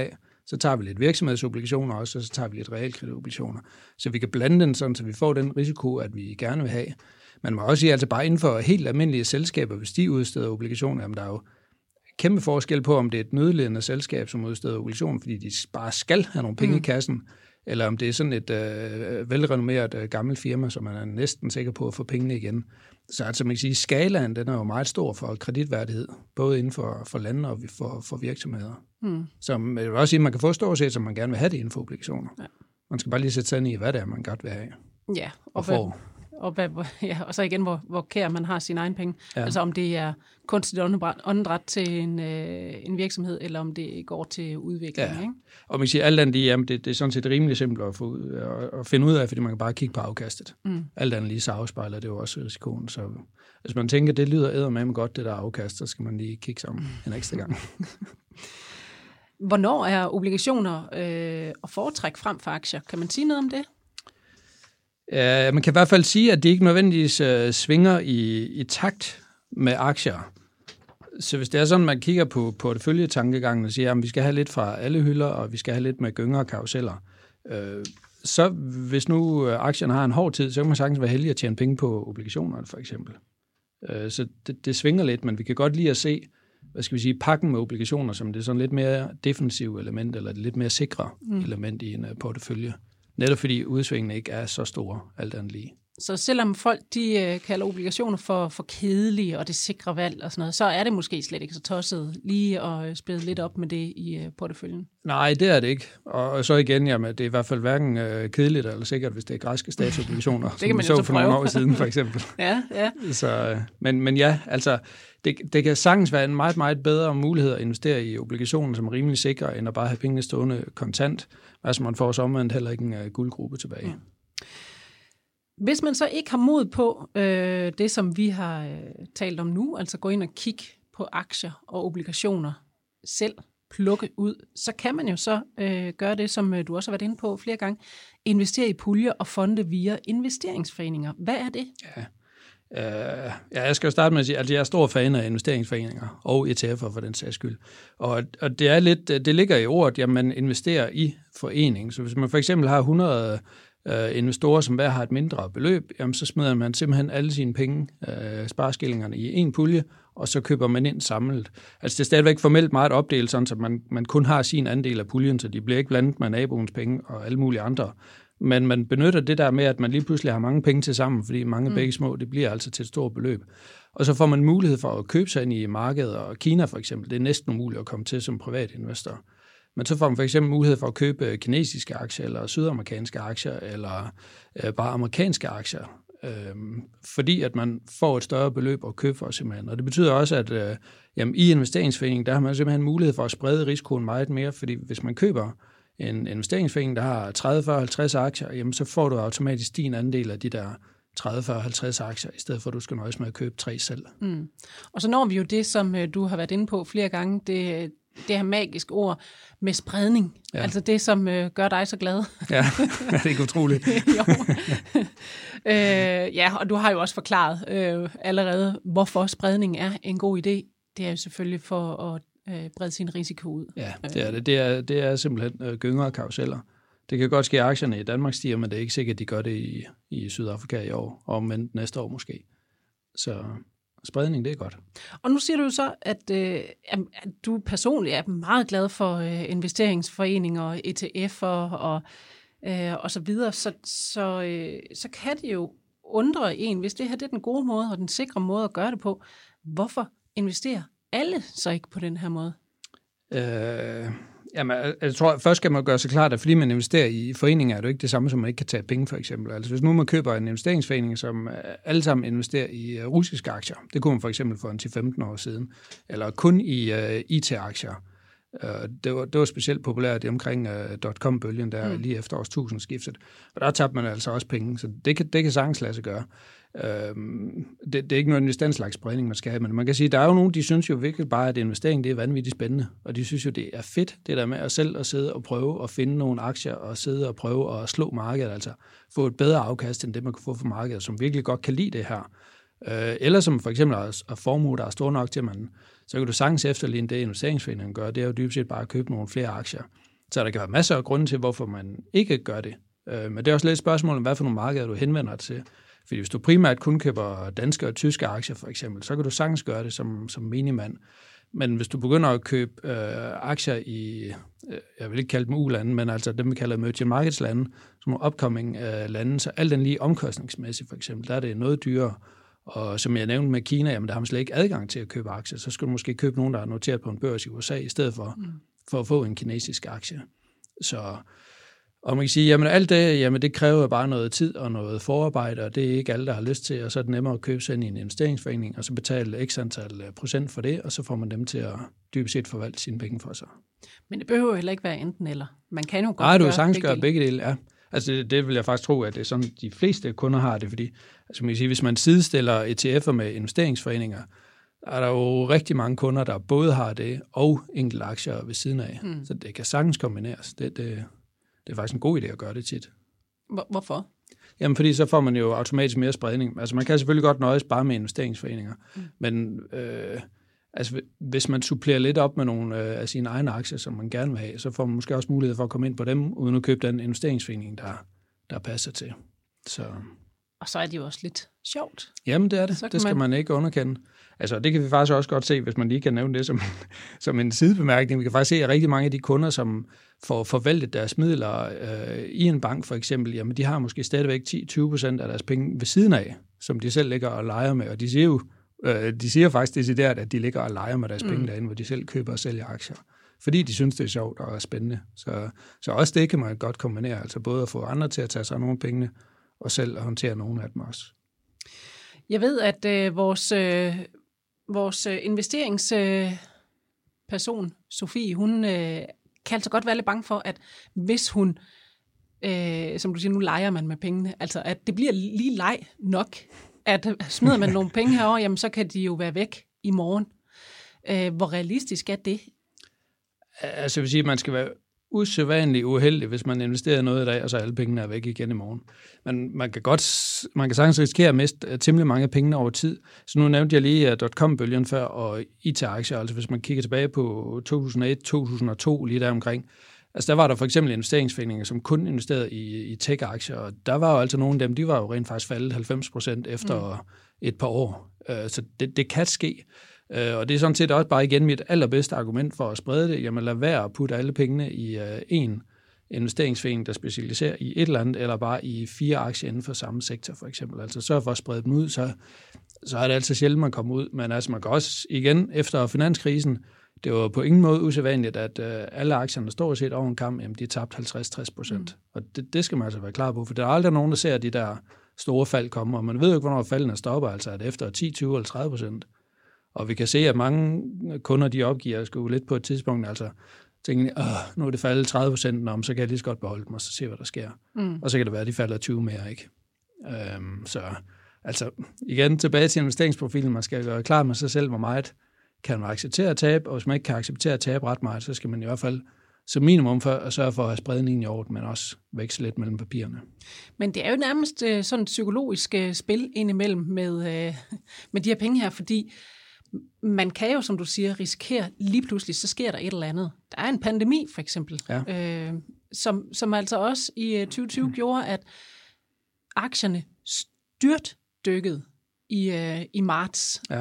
Så tager vi lidt virksomhedsobligationer også, og så tager vi lidt realkreditobligationer. Så vi kan blande den sådan, så vi får den risiko, at vi gerne vil have. Man må også sige, altså bare inden for helt almindelige selskaber, hvis de udsteder obligationer, jamen der er jo kæmpe forskel på, om det er et nødlidende selskab, som udsteder obligationer, fordi de bare skal have nogle penge mm. i kassen, eller om det er sådan et øh, velrenommeret øh, gammelt firma, som man er næsten sikker på at få pengene igen. Så altså man kan sige, skalaen den er jo meget stor for kreditværdighed, både inden for, for lande og for, for virksomheder. Mm. Så jeg vil også sige, at man kan få stort set, som man gerne vil have det inden for obligationer. Ja. Man skal bare lige sætte sig ind i, hvad det er, man godt vil have. Ja, og, og få. Og, hvad, ja, og så igen, hvor, hvor kær man har sine egne penge. Ja. Altså om det er kunstigt åndedræt til en, øh, en virksomhed, eller om det går til udvikling. Ja. Ikke? Og man kan sige, alt andet lige, jamen det, det er sådan set rimelig simpelt at, få, at, at finde ud af, fordi man kan bare kigge på afkastet. Mm. Alt andet lige så afspejler det jo også risikoen. Så hvis man tænker, det lyder eddermame godt, det der afkast, så skal man lige kigge sig om en ekstra gang. Hvornår er obligationer øh, at foretrække frem for aktier? Kan man sige noget om det? Ja, man kan i hvert fald sige, at det ikke nødvendigvis uh, svinger i, i takt med aktier. Så hvis det er sådan, man kigger på porteføljetankegangen og siger, at vi skal have lidt fra alle hylder, og vi skal have lidt med gynger og karuseller, øh, så hvis nu aktierne har en hård tid, så kan man sagtens være heldig at tjene penge på obligationerne, for eksempel. Øh, så det, det svinger lidt, men vi kan godt lide at se, hvad skal vi sige, pakken med obligationer, som det er sådan lidt mere defensive element, eller det lidt mere sikre mm. element i en uh, portefølje. Netop fordi udsvingene ikke er så store, alt andet lige. Så selvom folk de øh, kalder obligationer for, for kedelige og det sikre valg og sådan noget, så er det måske slet ikke så tosset lige at spille lidt op med det i øh, porteføljen? Nej, det er det ikke. Og, og så igen, jamen, det er i hvert fald hverken øh, kedeligt eller sikkert, hvis det er græske statsobligationer, det kan man som vi så så for nogle år siden, for eksempel. ja, ja. Så, øh, men, men ja, altså, det, det kan sagtens være en meget, meget bedre mulighed at investere i obligationer, som er rimelig sikre, end at bare have pengene stående kontant. Altså man får så omvendt heller ikke en uh, guldgruppe tilbage. Ja. Hvis man så ikke har mod på øh, det, som vi har øh, talt om nu, altså gå ind og kigge på aktier og obligationer selv, plukke ud, så kan man jo så øh, gøre det, som øh, du også har været inde på flere gange, investere i puljer og fonde via investeringsforeninger. Hvad er det? Ja. Uh, ja, jeg skal jo starte med at sige, at jeg er stor fan af investeringsforeninger og E T F'er for den sags skyld. Og, og det er lidt, det ligger i ordet, at man investerer i forening. Så hvis man for eksempel har hundrede uh, investorer, som hver har et mindre beløb, jamen så smider man simpelthen alle sine penge, uh, spareskillingerne i en pulje, og så køber man ind samlet. Altså det er stadigvæk formelt meget opdelt, sådan, så man, man kun har sin andel af puljen, så de bliver ikke blandet med naboens penge og alle mulige andre. Men man benytter det der med, at man lige pludselig har mange penge til sammen, fordi mange mm. begge små, det bliver altså til et stort beløb. Og så får man mulighed for at købe sig ind i markedet, og Kina for eksempel, det er næsten umuligt at komme til som privat investor. Men så får man for eksempel mulighed for at købe kinesiske aktier, eller sydamerikanske aktier, eller øh, bare amerikanske aktier, øh, fordi at man får et større beløb at købe for simpelthen. Og det betyder også, at øh, jamen, i investeringsforeningen, der har man simpelthen mulighed for at sprede risikoen meget mere, fordi hvis man køber en investeringsforening, der har tredive, fyrre, halvtreds aktier, jamen så får du automatisk din andel af de der tredive, fyrre, halvtreds aktier, i stedet for at du skal nøjes med at købe tre selv. Mm. Og så når vi jo det, som du har været inde på flere gange, det, det her magiske ord med spredning. Ja. Altså det, som øh, gør dig så glad. Ja, det er ikke utroligt. jo. øh, ja, og du har jo også forklaret øh, allerede, hvorfor spredning er en god idé. Det er jo selvfølgelig for at brede sin risiko ud. Ja, det er det. Det er, det er simpelthen øh, gynger og karuseller. Det kan godt ske, at aktierne i Danmark stiger, men det er ikke sikkert, at de gør det i, i Sydafrika i år, og men næste år måske. Så spredning, det er godt. Og nu siger du så, at, øh, at du personligt er meget glad for øh, investeringsforeninger og E T F'er og, øh, og så videre, så, så, øh, så kan det jo undre en, hvis det her det er den gode måde og den sikre måde at gøre det på. Hvorfor investere alle så ikke på den her måde? Øh, jamen, jeg tror, først skal man gøre sig klart, at fordi man investerer i foreninger, er det jo ikke det samme, som man ikke kan tage penge, for eksempel. Altså hvis nu man køber en investeringsforening, som alle sammen investerer i uh, russiske aktier, det kunne man for eksempel for en til femten år siden, eller kun i uh, I T-aktier. Uh, det, var, det var specielt populært omkring uh, dot-com-bølgen, der mm. lige efter årstusindskiftet. Og der tabte man altså også penge, så det kan, det kan sagtens lade sig gøre. Øhm, det, det er ikke nødvendigvis den slags spredning, man skal have, men man kan sige, der er jo nogen, de synes jo virkelig bare, at investering det er vanvittigt spændende, og de synes jo, det er fedt, det der med at selv at sidde og prøve at finde nogle aktier, og sidde og prøve at slå markedet, altså få et bedre afkast, end det man kan få fra markedet, som virkelig godt kan lide det her. Øh, eller som for eksempel er formue, der er stor nok til, at man, så kan du sagtens efterligne det, investeringsforeningen gør, det er jo dybest set bare at købe nogle flere aktier. Så der kan være masser af grunde til, hvorfor man ikke gør det. Men det er også lidt et spørgsmål om, hvad for nogle markeder du henvender dig til. Fordi hvis du primært kun køber danske og tyske aktier for eksempel, så kan du sagtens gøre det som, som minimand. Men hvis du begynder at købe øh, aktier i, øh, jeg vil ikke kalde dem u-lande, men altså dem, vi kalder emerging markets lande, som er upcoming øh, lande, så alt den lige omkostningsmæssigt for eksempel, der er det noget dyrere. Og som jeg nævnte med Kina, jamen der har man slet ikke adgang til at købe aktier. Så skal du måske købe nogen, der er noteret på en børs i U S A, i stedet for, mm. for at få en kinesisk aktie. Så og man kan sige, jamen alt det, jamen det kræver bare noget tid og noget forarbejde, og det er ikke alle, der har lyst til, og så er det nemmere at købe sig ind i en investeringsforening, og så betale x antal procent for det, og så får man dem til at dybest set forvalte sine penge for sig. Men det behøver heller ikke være enten eller. Man kan jo godt Nej, du gøre kan sagtens begge gøre begge dele, ja. Altså det, det vil jeg faktisk tro, at det er sådan, de fleste kunder har det, fordi altså man kan sige, hvis man sidestiller E T F'er med investeringsforeninger, er der jo rigtig mange kunder, der både har det og enkelte aktier ved siden af. Mm. Så det kan sagtens kombineres. Det, det, det er faktisk en god idé at gøre det tit. Hvorfor? Jamen, fordi så får man jo automatisk mere spredning. Altså, man kan selvfølgelig godt nøjes bare med investeringsforeninger, mm. men øh, altså, hvis man supplerer lidt op med nogle øh, af sine egne aktier, som man gerne vil have, så får man måske også mulighed for at komme ind på dem, uden at købe den investeringsforening, der, der passer til. Så. Og så er det jo også lidt sjovt. Jamen, det er det. Det skal man... man ikke underkende. Altså, det kan vi faktisk også godt se, hvis man lige kan nævne det som, som en sidebemærkning. Vi kan faktisk se, at rigtig mange af de kunder, som får forvaltet deres midler øh, i en bank for eksempel, jamen de har måske stadigvæk ti til tyve procent af deres penge ved siden af, som de selv ligger og leger med. Og de siger jo, øh, de siger faktisk decideret, at de ligger og leger med deres mm. penge derinde, hvor de selv køber og sælger aktier. Fordi de synes, det er sjovt og spændende. Så, så også det kan man godt kombinere. Altså både at få andre til at tage sig af nogle af pengene, og selv at håndtere nogle af dem også. Jeg ved, at øh, vores, øh, vores øh, investeringsperson, øh, Sofie, hun øh, kan altså godt være lidt bange for, at hvis hun, øh, som du siger, nu leger man med pengene, altså at det bliver lige leg nok, at smider man nogle penge herover, jamen så kan de jo være væk i morgen. Øh, hvor realistisk er det? Altså jeg vil sige, at man skal være usædvanligt uheldig, hvis man investerer noget i dag, og så alle pengene er væk igen i morgen. Men man kan godt, man kan sagtens risikere at miste temmelig mange penge over tid. Så nu nævnte jeg lige dot-com-bølgen før, og I T-aktier, altså hvis man kigger tilbage på to tusind og et til to tusind og to, lige der omkring, altså der var der for eksempel investeringsforeninger, som kun investerede i, i tech-aktier, og der var jo altså nogle af dem, de var jo rent faktisk faldet halvfems procent efter mm. et par år. Så det, det kan ske. Og det er sådan set også bare igen mit allerbedste argument for at sprede det. Jamen lad være at putte alle pengene i en investeringsforening, der specialiserer i et eller andet, eller bare i fire aktier inden for samme sektor for eksempel. Altså sørg for at sprede dem ud, så, så er det altså sjældent, man kommer ud. Men altså man kan også igen efter finanskrisen, det var på ingen måde usædvanligt, at øh, alle aktierne stort set over en kamp, jamen de er tabt halvtreds til tres procent. Mm. Og det, det skal man altså være klar på, for der er aldrig nogen, der ser de der store fald komme, og man ved jo ikke, hvornår faldene stopper, altså at efter ti, tyve eller tredive procent. Og vi kan se, at mange kunder, de opgiver sgu lidt på et tidspunkt, altså tænker, åh, nu er det faldet tredive procent, om så kan jeg lige så godt beholde dem, og så se, hvad der sker. Mm. Og så kan det være, at de falder tyve mere, ikke? Øhm, så altså igen, tilbage til investeringsprofilen, man skal gøre klar med sig selv, hvor meget kan man acceptere at tabe, og hvis man ikke kan acceptere at tabe ret meget, så skal man i hvert fald som minimum for at sørge for at have spredningen i orden, men også veksle lidt mellem papirerne. Men det er jo nærmest øh, sådan et psykologisk øh, spil indimellem med, øh, med de her penge her, fordi man kan jo, som du siger, risikere lige pludselig, så sker der et eller andet. Der er en pandemi, for eksempel, ja. øh, som, som altså også i tyve tyve mm. gjorde, at aktierne styrtdykkede i, øh, i marts. Ja.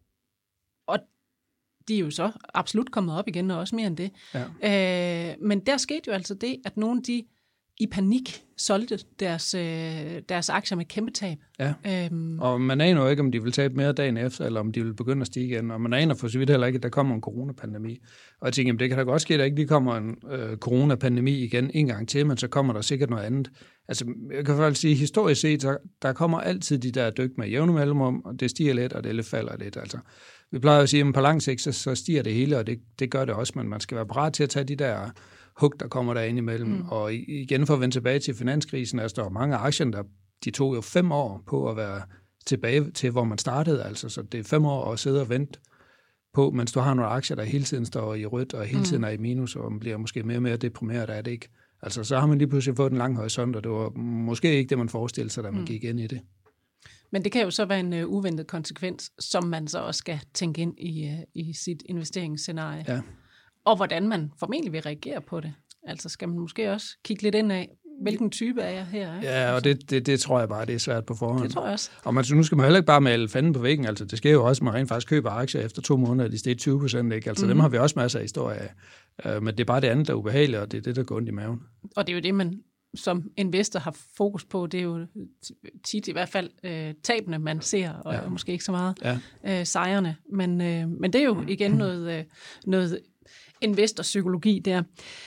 Og de er jo så absolut kommet op igen, og også mere end det. Ja. Øh, men der skete jo altså det, at nogle de i panik solgte deres, øh, deres aktier med kæmpe tab. Ja, øhm. og man aner jo ikke, om de vil tabe mere dagen efter, eller om de vil begynde at stige igen, og man aner for så vidt heller ikke, at der kommer en coronapandemi. Og jeg tænker, jamen, det kan da godt ske, at der ikke lige kommer en øh, coronapandemi igen en gang til, men så kommer der sikkert noget andet. Altså, jeg kan faktisk sige, historisk set, så der kommer altid de der dyk med jævne mellemrum, og det stiger lidt, og det falder lidt. Altså, vi plejer at sige, at på lang sigt, så, så stiger det hele, og det, det gør det også, men man skal være parat til at tage de der hug, der kommer der ind imellem. Mm. Og igen for at vende tilbage til finanskrisen, altså der var mange aktier, der de tog jo fem år på at være tilbage til, hvor man startede. Altså, så det er fem år at sidde og vente på, mens du har nogle aktier, der hele tiden står i rødt, og hele tiden er i minus, og man bliver måske mere og mere deprimeret af det, ikke? Altså, så har man lige pludselig fået en lang horisont, og det var måske ikke det, man forestillede sig, da man mm. gik ind i det. Men det kan jo så være en uh, uventet konsekvens, som man så også skal tænke ind i, uh, i sit investeringsscenarie. Ja. Og hvordan man formentlig vil reagere på det. Altså skal man måske også kigge lidt ind af, hvilken type er jeg her? Ikke? Ja, og det, det, det tror jeg bare, det er svært på forhånd. Det tror jeg også. Og man, nu skal man heller ikke bare male fanden på væggen. Altså, det sker jo også, at man rent faktisk køber aktier efter to måneder, de steg tyve procent. Ikke? Altså, mm-hmm. dem har vi også masser af historier af. Uh, men det er bare det andet, der er ubehageligt, og det er det, der går ondt i maven. Og det er jo det, man som investor har fokus på. Det er jo tit i hvert fald øh, tabene, man ser, og ja. måske ikke så meget ja. øh, sejrene. Men, øh, men det er jo igen noget, øh, noget investorpsykologi der.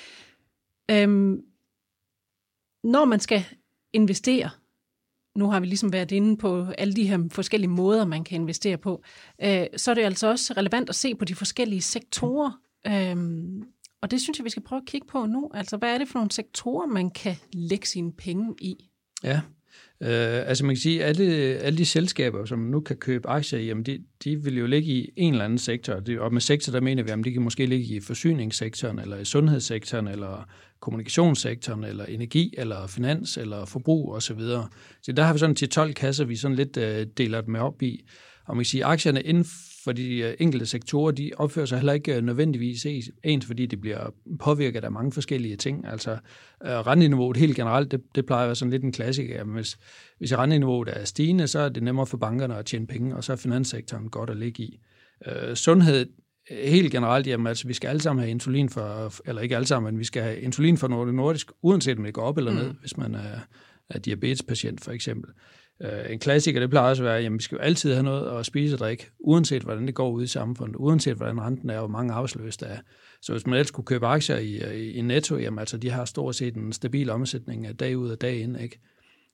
Øhm, når man skal investere, nu har vi ligesom været inde på alle de her forskellige måder, man kan investere på, øh, så er det altså også relevant at se på de forskellige sektorer. Øhm, og det synes jeg, vi skal prøve at kigge på nu. Altså, hvad er det for nogle sektorer, man kan lægge sine penge i? Ja, øh, altså man kan sige, at alle, alle de selskaber, som nu kan købe aktier i, jamen de, de vil jo ligge i en eller anden sektor. Og med sektor, der mener vi, at de kan måske ligge i forsyningssektoren, eller i sundhedssektoren, eller kommunikationssektoren, eller energi, eller finans, eller forbrug osv. Så, så der har vi sådan til tolv kasser, vi sådan lidt øh, deler dem op i. Og man kan sige, at aktierne inden for de enkelte sektorer, de opfører sig heller ikke nødvendigvis ens, fordi de bliver påvirket af mange forskellige ting. Altså øh, renteniveauet helt generelt, det, det plejer at være sådan lidt en klassiker. Hvis, hvis renteniveauet er stigende, så er det nemmere for bankerne at tjene penge, og så er finanssektoren godt at ligge i. Øh, sundhed helt generelt, jamen altså vi skal alle sammen have insulin for, eller ikke alle sammen, men vi skal have insulin for Novo Nordisk, uanset om det går op eller ned, mm. hvis man er, er diabetespatient for eksempel. Uh, en klassiker, det plejer også at være, jamen vi skal jo altid have noget at spise og drikke, uanset hvordan det går ud i samfundet, uanset hvordan renten er, og hvor mange arbejdsløse der er. Så hvis man ellers kunne købe aktier i, i, i Netto, jamen altså de har stort set en stabil omsætning af dag ud og dag ind, ikke?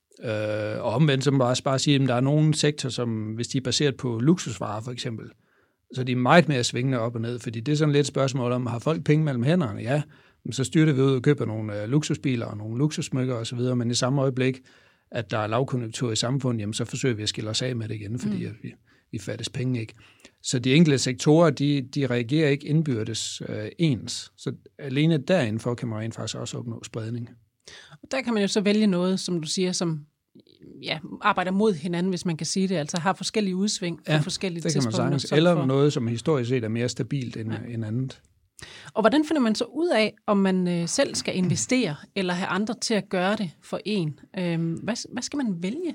Uh, og omvendt, så må man også bare sige, at der er nogle sektorer, som hvis de er baseret på luksusvarer for eksempel, så de er meget mere svingende op og ned, fordi det er sådan lidt et spørgsmål om, har folk penge mellem hænderne? Ja, så styrter vi ud og køber nogle uh, luksusbiler og nogle luksussmykker osv., men i samme øjeblik, at der er lavkonjunktur i samfundet, jamen så forsøger vi at skille os af med det igen, fordi mm. at vi, vi fattes penge ikke. Så de enkelte sektorer, de, de reagerer ikke indbyrdes øh, ens. Så alene derindenfor kan man rent faktisk også opnå spredning. Og der kan man jo så vælge noget, som du siger, som ja, arbejder mod hinanden, hvis man kan sige det, altså har forskellige udsving på ja, forskellige det kan man tidspunkter. sagtens. Eller for noget, som historisk set er mere stabilt end, ja. end andet. Og hvordan finder man så ud af, om man øh, selv skal investere, eller have andre til at gøre det for en? Øhm, hvad, hvad skal man vælge?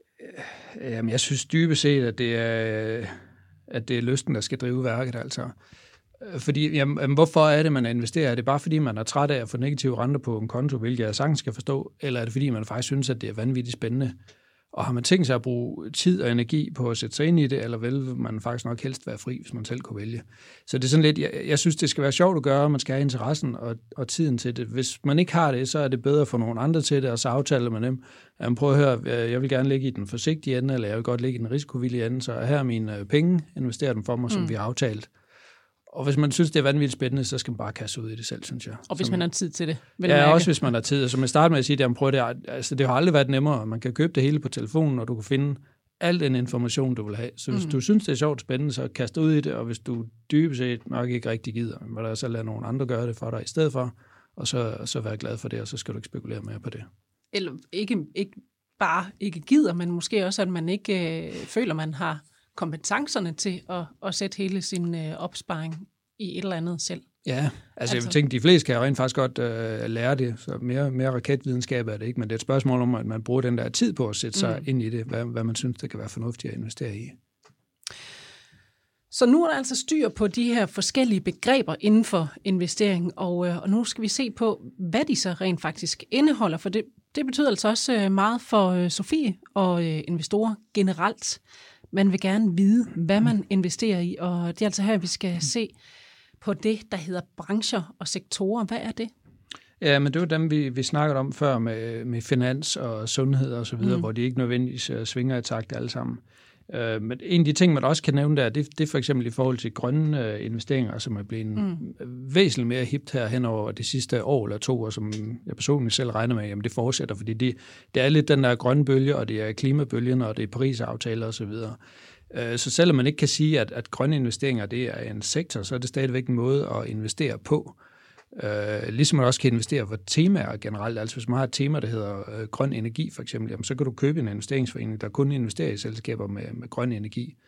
Jamen, jeg synes dybest set, at det er, at det er lysten, der skal drive værket, altså. Fordi, jamen, hvorfor er det, man investerer? Er det bare, fordi man er træt af at få negative renter på en konto, hvilket jeg sagtens skal forstå, eller er det, fordi man faktisk synes, at det er vanvittigt spændende? Og har man tænkt sig at bruge tid og energi på at sætte sig ind i det, eller vil man faktisk nok helst være fri, hvis man selv kunne vælge? Så det er sådan lidt, jeg, jeg synes, det skal være sjovt at gøre, man skal have interessen og, og tiden til det. Hvis man ikke har det, så er det bedre for nogle andre til det, og så aftaler man dem. Jamen, prøv at høre, jeg vil gerne ligge i den forsigtige ende, eller jeg vil godt ligge i den risikovillige ende, så her er mine penge, investerer dem for mig, som mm. vi har aftalt. Og hvis man synes, det er vanvittigt spændende, så skal man bare kaste ud i det selv, synes jeg. Og hvis man har tid til det. Ja, mærke. Også hvis man har tid. Så man starter med at sige, at prøv det, altså, det har aldrig været nemmere. Man kan købe det hele på telefonen, og du kan finde al den information, du vil have. Så hvis mm. du synes, det er sjovt spændende, så kast ud i det. Og hvis du dybest set nok ikke rigtig gider, så, så lad nogle andre gøre det for dig i stedet for. Og så, så vær glad for det, og så skal du ikke spekulere mere på det. Eller ikke, ikke bare ikke gider, men måske også, at man ikke øh, føler, man har kompetencerne til at, at sætte hele sin øh, opsparing i et eller andet selv. Ja, altså, altså jeg tænker, de fleste kan jo rent faktisk godt øh, lære det, så mere, mere raketvidenskab er det ikke, men det er et spørgsmål om, at man bruger den der tid på at sætte sig mm. ind i det, hvad, hvad man synes, det kan være fornuftigt at investere i. Så nu er der altså styr på de her forskellige begreber inden for investering, og, øh, og nu skal vi se på, hvad de så rent faktisk indeholder, for det, det betyder altså også meget for øh, Sofie og øh, investorer generelt. Man vil gerne vide, hvad man investerer i, og det er altså her, vi skal se på det, der hedder brancher og sektorer. Hvad er det? Ja, men det var dem, vi, vi snakkede om før med, med finans og sundhed og så videre, mm. hvor de ikke nødvendigvis uh, svinger i takt alle sammen. Uh, men en af de ting, man også kan nævne der, det, det er for eksempel i forhold til grønne uh, investeringer, som er blevet mm. væsentligt mere hipt her hen over det sidste år eller to, og som jeg personligt selv regner med, jamen det fortsætter, fordi det, det er lidt den der grønne bølge, og det er klimabølgen, og det er Paris-aftaler og så videre. Så selvom man ikke kan sige, at, at grønne investeringer det er en sektor, så er det stadigvæk en måde at investere på. Uh, ligesom man også kan investere for temaer generelt. Altså hvis man har et tema, der hedder uh, grøn energi for eksempel, jamen, så kan du købe en investeringsforening, der kun investerer i selskaber med, med grøn energi.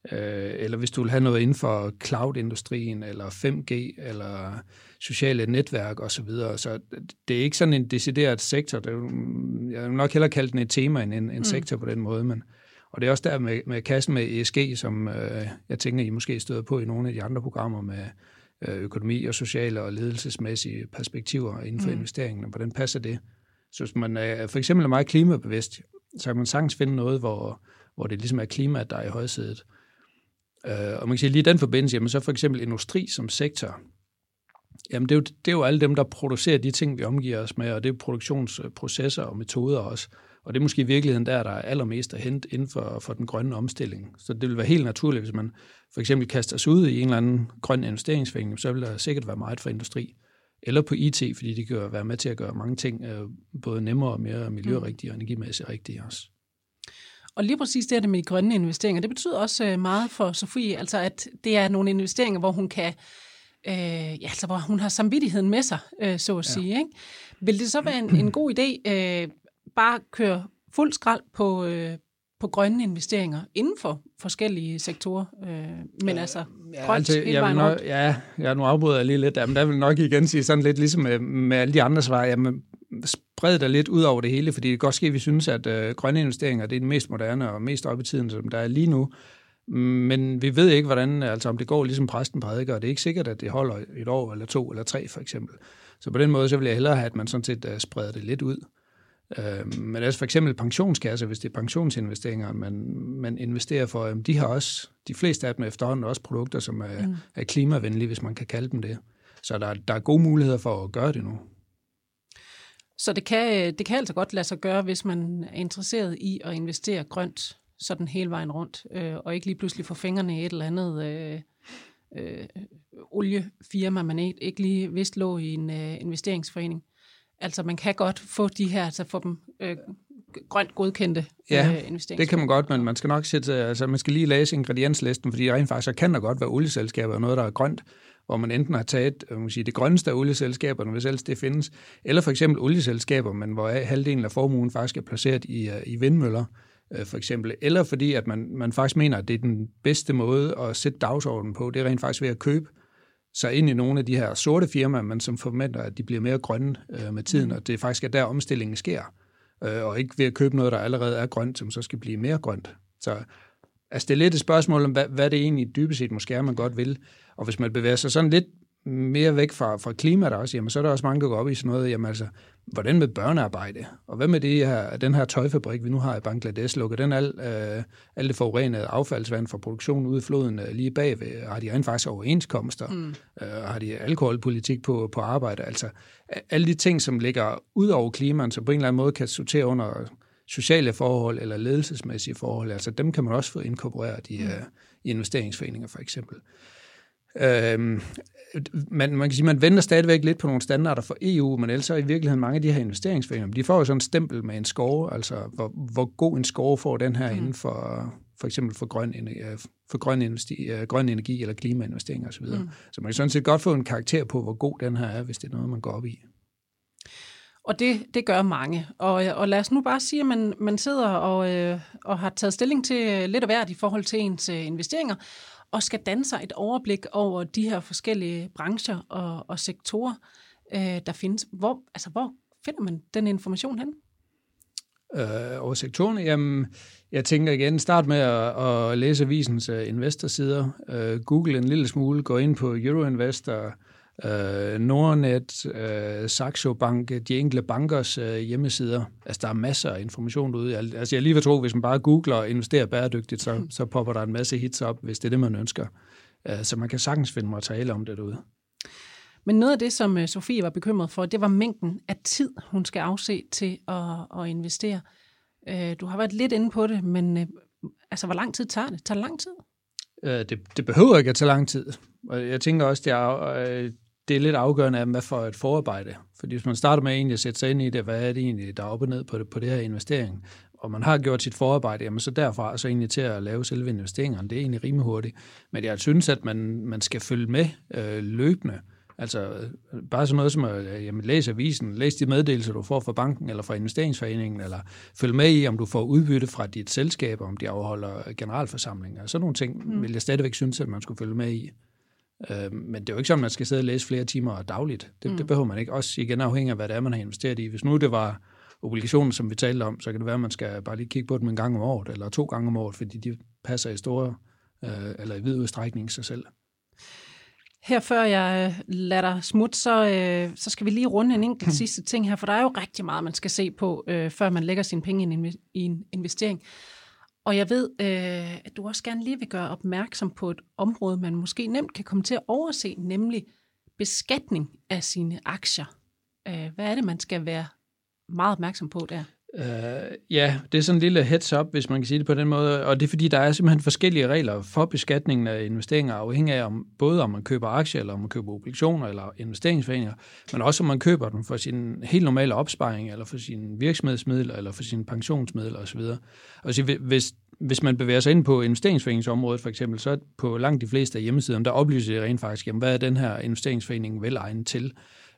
øh, eller hvis du vil have noget inden for cloud-industrien, eller fem G, eller sociale netværk osv. Så, så det er ikke sådan en decideret sektor. Det er jo, jeg vil nok hellere kalde den et tema end en, en mm. sektor på den måde, men og det er også der med, med kassen med E S G, som øh, jeg tænker, I måske støder på i nogle af de andre programmer med øh, økonomi og sociale og ledelsesmæssige perspektiver inden for mm. investeringen. Hvordan passer det? Så hvis man er, for eksempel er meget klimabevidst, så kan man sagtens finde noget, hvor, hvor det ligesom er klimaet, der er i højsædet. Øh, og man kan sige, lige i den forbindelse, jamen så for eksempel industri som sektor, jamen det er, jo, det er jo alle dem, der producerer de ting, vi omgiver os med, og det er produktionsprocesser og metoder også. Og det er måske i virkeligheden der, der er allermest at hente inden for, for den grønne omstilling. Så det vil være helt naturligt, hvis man for eksempel kaster sig ud i en eller anden grøn investeringsforening, så vil der sikkert være meget for industri. Eller på I T, fordi de kan være med til at gøre mange ting både nemmere og mere miljørigtige og energimæssigt rigtige også. Og lige præcis det her med de grønne investeringer, det betyder også meget for Sofie, altså at det er nogle investeringer, hvor hun kan, øh, ja, altså hvor hun har samvittigheden med sig, øh, så at ja. sige. Ikke? Vil det så være en, en god idé, øh, bare køre fuld skrald på, øh, på grønne investeringer inden for forskellige sektorer, øh, men altså ja, grønt altså, hele vejen nok, rundt? Ja, jeg nu afbryder jeg lige lidt, men der vil nok igen sige sådan lidt ligesom med, med alle de andre svar, jamen spred dig lidt ud over det hele, fordi det kan godt ske, at vi synes, at øh, grønne investeringer det er den mest moderne og mest op i tiden, som der er lige nu. Men vi ved ikke, hvordan, altså om det går ligesom præsten prædiker, og det er ikke sikkert, at det holder et år eller to eller tre for eksempel. Så på den måde, så vil jeg hellere have, at man sådan set uh, spreder det lidt ud. Uh, men altså for eksempel pensionskasser, hvis det er pensionsinvesteringer, man, man investerer for, um, de har også, de fleste af dem efterhånden også produkter, som er, mm. er klimavenlige, hvis man kan kalde dem det. Så der, der er gode muligheder for at gøre det nu. Så det kan, det kan altså godt lade sig gøre, hvis man er interesseret i at investere grønt, sådan hele vejen rundt, øh, og ikke lige pludselig få fingrene i et eller andet øh, øh, oliefirma, man ikke, ikke lige vidste lå i en øh, investeringsforening. Altså man kan godt få de her, altså få dem øh, grønt godkendte ja, øh, investeringer. Det kan man godt, men man skal nok sætte, altså man skal lige læse ingredienslisten, fordi rent faktisk så kan der godt være olieselskaber og noget, der er grønt, hvor man enten har taget man sige, det grønneste af olieselskaberne, hvis ellers det findes, eller for eksempel olieselskaber, men hvor halvdelen af formuen faktisk er placeret i, i vindmøller, for eksempel, eller fordi at man, man faktisk mener, at det er den bedste måde at sætte dagsordenen på, det er rent faktisk ved at købe sig ind i nogle af de her sorte firmaer, man som forventer, at de bliver mere grønne øh, med tiden, og det faktisk er der omstillingen sker, øh, og ikke ved at købe noget, der allerede er grønt, som så skal blive mere grønt. Så altså, det er lidt et spørgsmål om, hvad, hvad det egentlig dybest set måske er, man godt vil, og hvis man bevæger sig sådan lidt mere væk fra, fra klimaet også, jamen, så er der også mange, der går op i sådan noget, jamen altså, hvordan med børnearbejde, og hvad med det her, den her tøjfabrik, vi nu har i Bangladesh, lukker den al, øh, alt det forurenede affaldsvand fra produktionen ud i floden øh, lige bagved, har de rent faktisk overenskomster, mm. øh, har de alkoholpolitik på, på arbejde, altså alle de ting, som ligger ud over klimaet, som på en eller anden måde kan sortere under sociale forhold eller ledelsesmæssige forhold, altså dem kan man også få inkorporeret i, mm. øh, i investeringsforeninger for eksempel. Øhm, man, man kan sige, man venter stadigvæk lidt på nogle standarder for E U, men ellers er i virkeligheden mange af de her investeringsforeninger, de får jo sådan en stempel med en score, altså hvor, hvor god en score får den her mm. inden for for eksempel for grøn, for grøn, investi, grøn energi eller klimainvesteringer osv. Mm. Så man kan sådan set godt få en karakter på, hvor god den her er, hvis det er noget, man går op i. Og det, det gør mange. Og, og lad os nu bare sige, at man, man sidder og, øh, og har taget stilling til lidt af hvert i forhold til ens øh, investeringer, og skal danne sig et overblik over de her forskellige brancher og, og sektorer, øh, der findes. Hvor, altså, hvor finder man den information hen? Øh, over sektorerne? Jamen, jeg tænker igen, start med at, at læse avisens uh, investorsider. Uh, Google en lille smule, gå ind på Euroinvestor, uh, Nordnet, uh, Saxo Bank, de enkelte bankers uh, hjemmesider. Altså, der er masser af information derude. Altså, jeg lige vil tro, hvis man bare googler og investerer bæredygtigt, så, mm. så popper der en masse hits op, hvis det er det, man ønsker. Uh, så man kan sagtens finde materiale om det derude. Men noget af det, som Sofie var bekymret for, det var mængden af tid, hun skal afse til at, at investere. Du har været lidt inde på det, men altså, hvor lang tid tager det? Tager det lang tid? Det, det behøver ikke at tage lang tid. Og jeg tænker også, det er, det er lidt afgørende af, hvad for et forarbejde. Fordi hvis man starter med egentlig at sætte sig ind i det, hvad er det egentlig, der er op og ned på det, på det her investering, og man har gjort sit forarbejde, jamen så derfra så egentlig til at lave selve investeringerne, det er egentlig rimelig hurtigt. Men jeg synes, at man, man skal følge med øh, løbende, Altså bare sådan noget som at jamen, læse avisen, læse de meddelelser, du får fra banken eller fra investeringsforeningen, eller følge med i, om du får udbytte fra dit selskab, om de afholder generalforsamlinger. Sådan nogle ting mm. vil jeg stadigvæk synes, at man skulle følge med i. Øh, men det er jo ikke sådan, at man skal sidde og læse flere timer dagligt. Det, mm. det behøver man ikke. Også igen afhængig af, hvad det er, man har investeret i. Hvis nu det var obligationer, som vi talte om, så kan det være, at man skal bare lige kigge på dem en gang om året, eller to gange om året, fordi de passer i store, øh, eller i vid udstrækning sig selv. Her før jeg lader dig smutte, så, øh, så skal vi lige runde en enkelt sidste ting her, for der er jo rigtig meget, man skal se på, øh, før man lægger sine penge i en, i en investering. Og jeg ved, øh, at du også gerne lige vil gøre opmærksom på et område, man måske nemt kan komme til at overse, nemlig beskatning af sine aktier. Øh, hvad er det, man skal være meget opmærksom på der? Uh, ja, det er sådan en lille heads up, hvis man kan sige det på den måde, og det er fordi, der er simpelthen forskellige regler for beskatningen af investeringer, afhængig af om, både om man køber aktier, eller om man køber obligationer, eller investeringsforeninger, men også om man køber dem for sin helt normale opsparing, eller for sine virksomhedsmidler, eller for sine pensionsmidler osv. Og så hvis, hvis man bevæger sig ind på investeringsforeningsområdet for eksempel, så på langt de fleste af hjemmesiderne, der oplyser det rent faktisk, jamen, hvad er den her investeringsforening vel egnet til?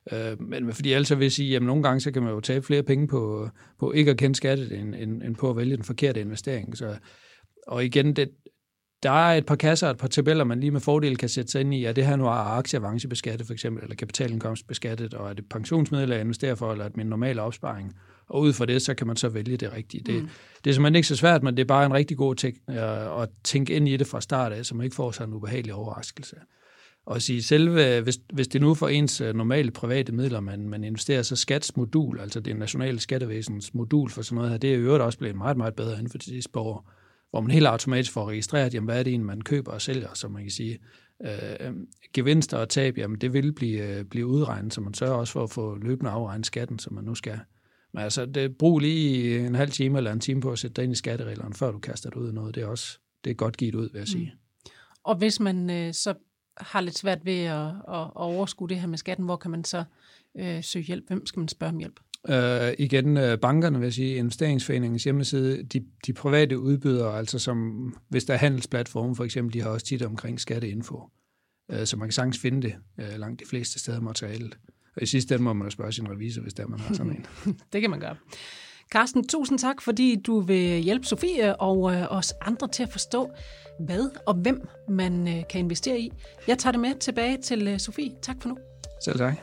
Men fordi jeg altså vil sige, at nogle gange så kan man jo tabe flere penge på, på ikke at kende skattet, end, end, end på at vælge den forkerte investering. Så, og igen, det, der er et par kasser, et par tabeller, man lige med fordel kan sætte sig ind i. Er det her nu er aktieavance beskattet for eksempel, eller kapitalindkomst beskattet, og er det pensionsmidler, jeg investerer for, eller er det min normale opsparing? Og ud fra det, så kan man så vælge det rigtige. Det, mm. det er simpelthen ikke så svært, men det er bare en rigtig god ting at tænke ind i det fra start af, så man ikke får sådan en ubehagelig overraskelse. Og sige selve, hvis, hvis det nu for ens normale private midler, man, man investerer, så skats modul, altså det nationale skattevæsens modul for sådan noget her, det er jo øvrigt også blevet meget, meget bedre inden for de sidste år, hvor man helt automatisk får registreret, jamen hvad er det en, man køber og sælger, så man kan sige, øh, gevinster og tab, jamen det vil blive, blive udregnet, så man sørger også for at få løbende afregnet skatten, som man nu skal. Men altså, det, brug lige en halv time eller en time på at sætte dig ind i skattereglerne, før du kaster det ud af noget, det er også det er godt givet ud, vil jeg sige. Mm. Og hvis man øh, så har lidt svært ved at, at, at overskue det her med skatten, hvor kan man så øh, søge hjælp? Hvem skal man spørge om hjælp? Uh, igen, uh, bankerne, vil jeg sige, investeringsforeningens hjemmeside, de, de private udbydere, altså som, hvis der er handelsplatforme for eksempel, de har også tit omkring skatteinfo, uh, så man kan sagtens finde det uh, langt de fleste steder materialet. Og i sidste ende må man da spørge sin revisor, hvis der man har sådan en. Det kan man gøre. Carsten, tusind tak, fordi du vil hjælpe Sofie og øh, os andre til at forstå, hvad og hvem man øh, kan investere i. Jeg tager det med tilbage til øh, Sofie. Tak for nu. Selv tak.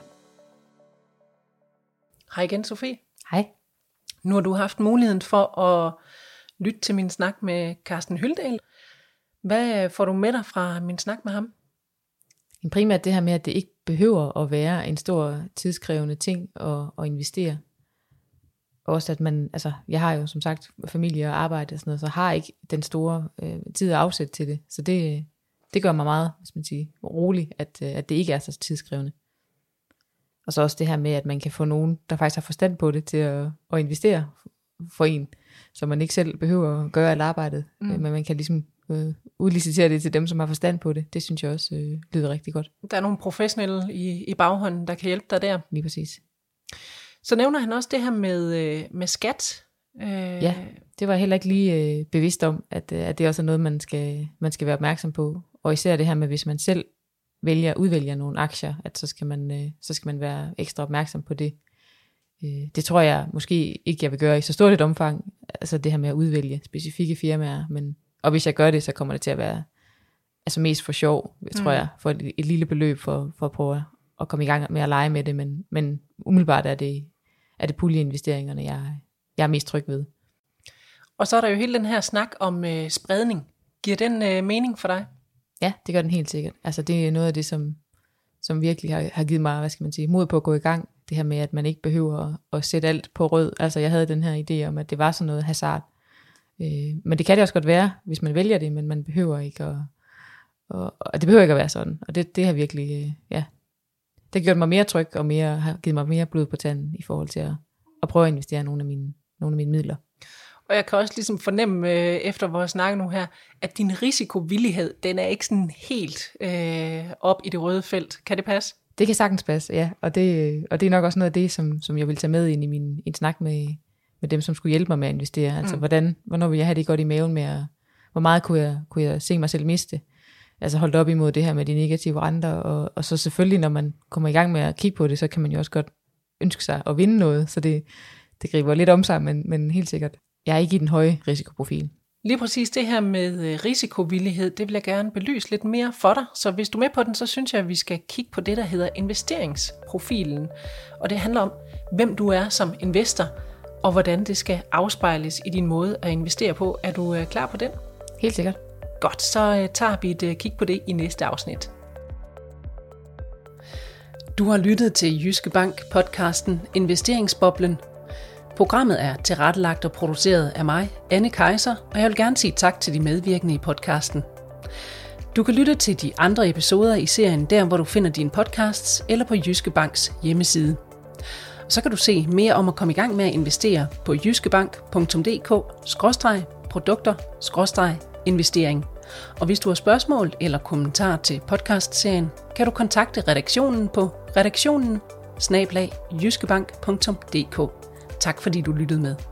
Hej igen, Sofie. Hej. Nu har du haft muligheden for at lytte til min snak med Carsten Hyldal. Hvad får du med dig fra min snak med ham? Primært det her med, at det ikke behøver at være en stor tidskrævende ting at, at investere. Også at man, altså jeg har jo som sagt familie og arbejde og sådan noget, så har ikke den store øh, tid at afsætte til det. Så det, det gør mig meget, hvis man siger, rolig, at, øh, at det ikke er så tidskrævende. Og så også det her med, at man kan få nogen, der faktisk har forstand på det, til at, at investere for en, så man ikke selv behøver at gøre alt arbejdet, mm. øh, men man kan ligesom øh, udlicitere det til dem, som har forstand på det. Det synes jeg også øh, lyder rigtig godt. Der er nogle professionelle i, i baghånden, der kan hjælpe dig der. Lige præcis. Så nævner han også det her med, med skat. Øh... Ja, det var jeg heller ikke lige øh, bevidst om, at, at det også er noget, man skal, man skal være opmærksom på. Og især det her med, hvis man selv vælger, udvælger nogle aktier, at så skal man, øh, så skal man være ekstra opmærksom på det. Øh, det tror jeg måske ikke, jeg vil gøre i så stort et omfang, altså det her med at udvælge specifikke firmaer. Men, og hvis jeg gør det, så kommer det til at være altså mest for sjov, tror mm. jeg, for et, et lille beløb for, for at prøve at komme i gang med at lege med det. Men, men umiddelbart er det er det puljeinvesteringerne, jeg, jeg er mest tryg ved. Og så er der jo hele den her snak om øh, spredning. Giver den øh, mening for dig? Ja, det gør den helt sikkert. Altså det er noget af det, som, som virkelig har, har givet mig, hvad skal man sige, mod på at gå i gang. Det her med, at man ikke behøver at, at sætte alt på rød. Altså jeg havde den her idé om, at det var sådan noget hasard. Øh, men det kan det også godt være, hvis man vælger det, men man behøver ikke at, og, og det behøver ikke at være sådan. Og det, det har virkelig, øh, ja, det har gjort mig mere tryg, og mere, har givet mig mere blod på tanden, i forhold til at, at prøve at investere nogle af mine, nogle af mine midler. Og jeg kan også ligesom fornemme, øh, efter vores snak nu her, at din risikovillighed, den er ikke sådan helt øh, op i det røde felt. Kan det passe? Det kan sagtens passe, ja. Og det, og det er nok også noget af det, som, som jeg vil tage med ind i min en snak med, med dem, som skulle hjælpe mig med at investere. Altså, mm. hvordan, hvornår vil jeg have det godt i maven med, at, hvor meget kunne jeg, kunne jeg se mig selv miste? altså holdt op imod det her med de negative renter, og, og så selvfølgelig, når man kommer i gang med at kigge på det, så kan man jo også godt ønske sig at vinde noget, så det, det griber lidt om sig, men, men helt sikkert, jeg er ikke i den høje risikoprofil. Lige præcis det her med risikovillighed, det vil jeg gerne belyse lidt mere for dig. Så hvis du er med på den, så synes jeg, at vi skal kigge på det, der hedder investeringsprofilen. Og det handler om, hvem du er som investor, og hvordan det skal afspejles i din måde at investere på. Er du klar på den? Helt sikkert. Godt, så tager vi et kig på det i næste afsnit. Du har lyttet til Jyske Bank podcasten Investeringsboblen. Programmet er tilrettelagt og produceret af mig, Anne Kejser, og jeg vil gerne sige tak til de medvirkende i podcasten. Du kan lytte til de andre episoder i serien der, hvor du finder dine podcasts, eller på Jyske Banks hjemmeside. Og så kan du se mere om at komme i gang med at investere på jyskebank punktum d k skråstreg produkter skråstreg investering. Og hvis du har spørgsmål eller kommentarer til podcastserien, kan du kontakte redaktionen på redaktionen bindestreg jyskebank punktum d k. Tak fordi du lyttede med.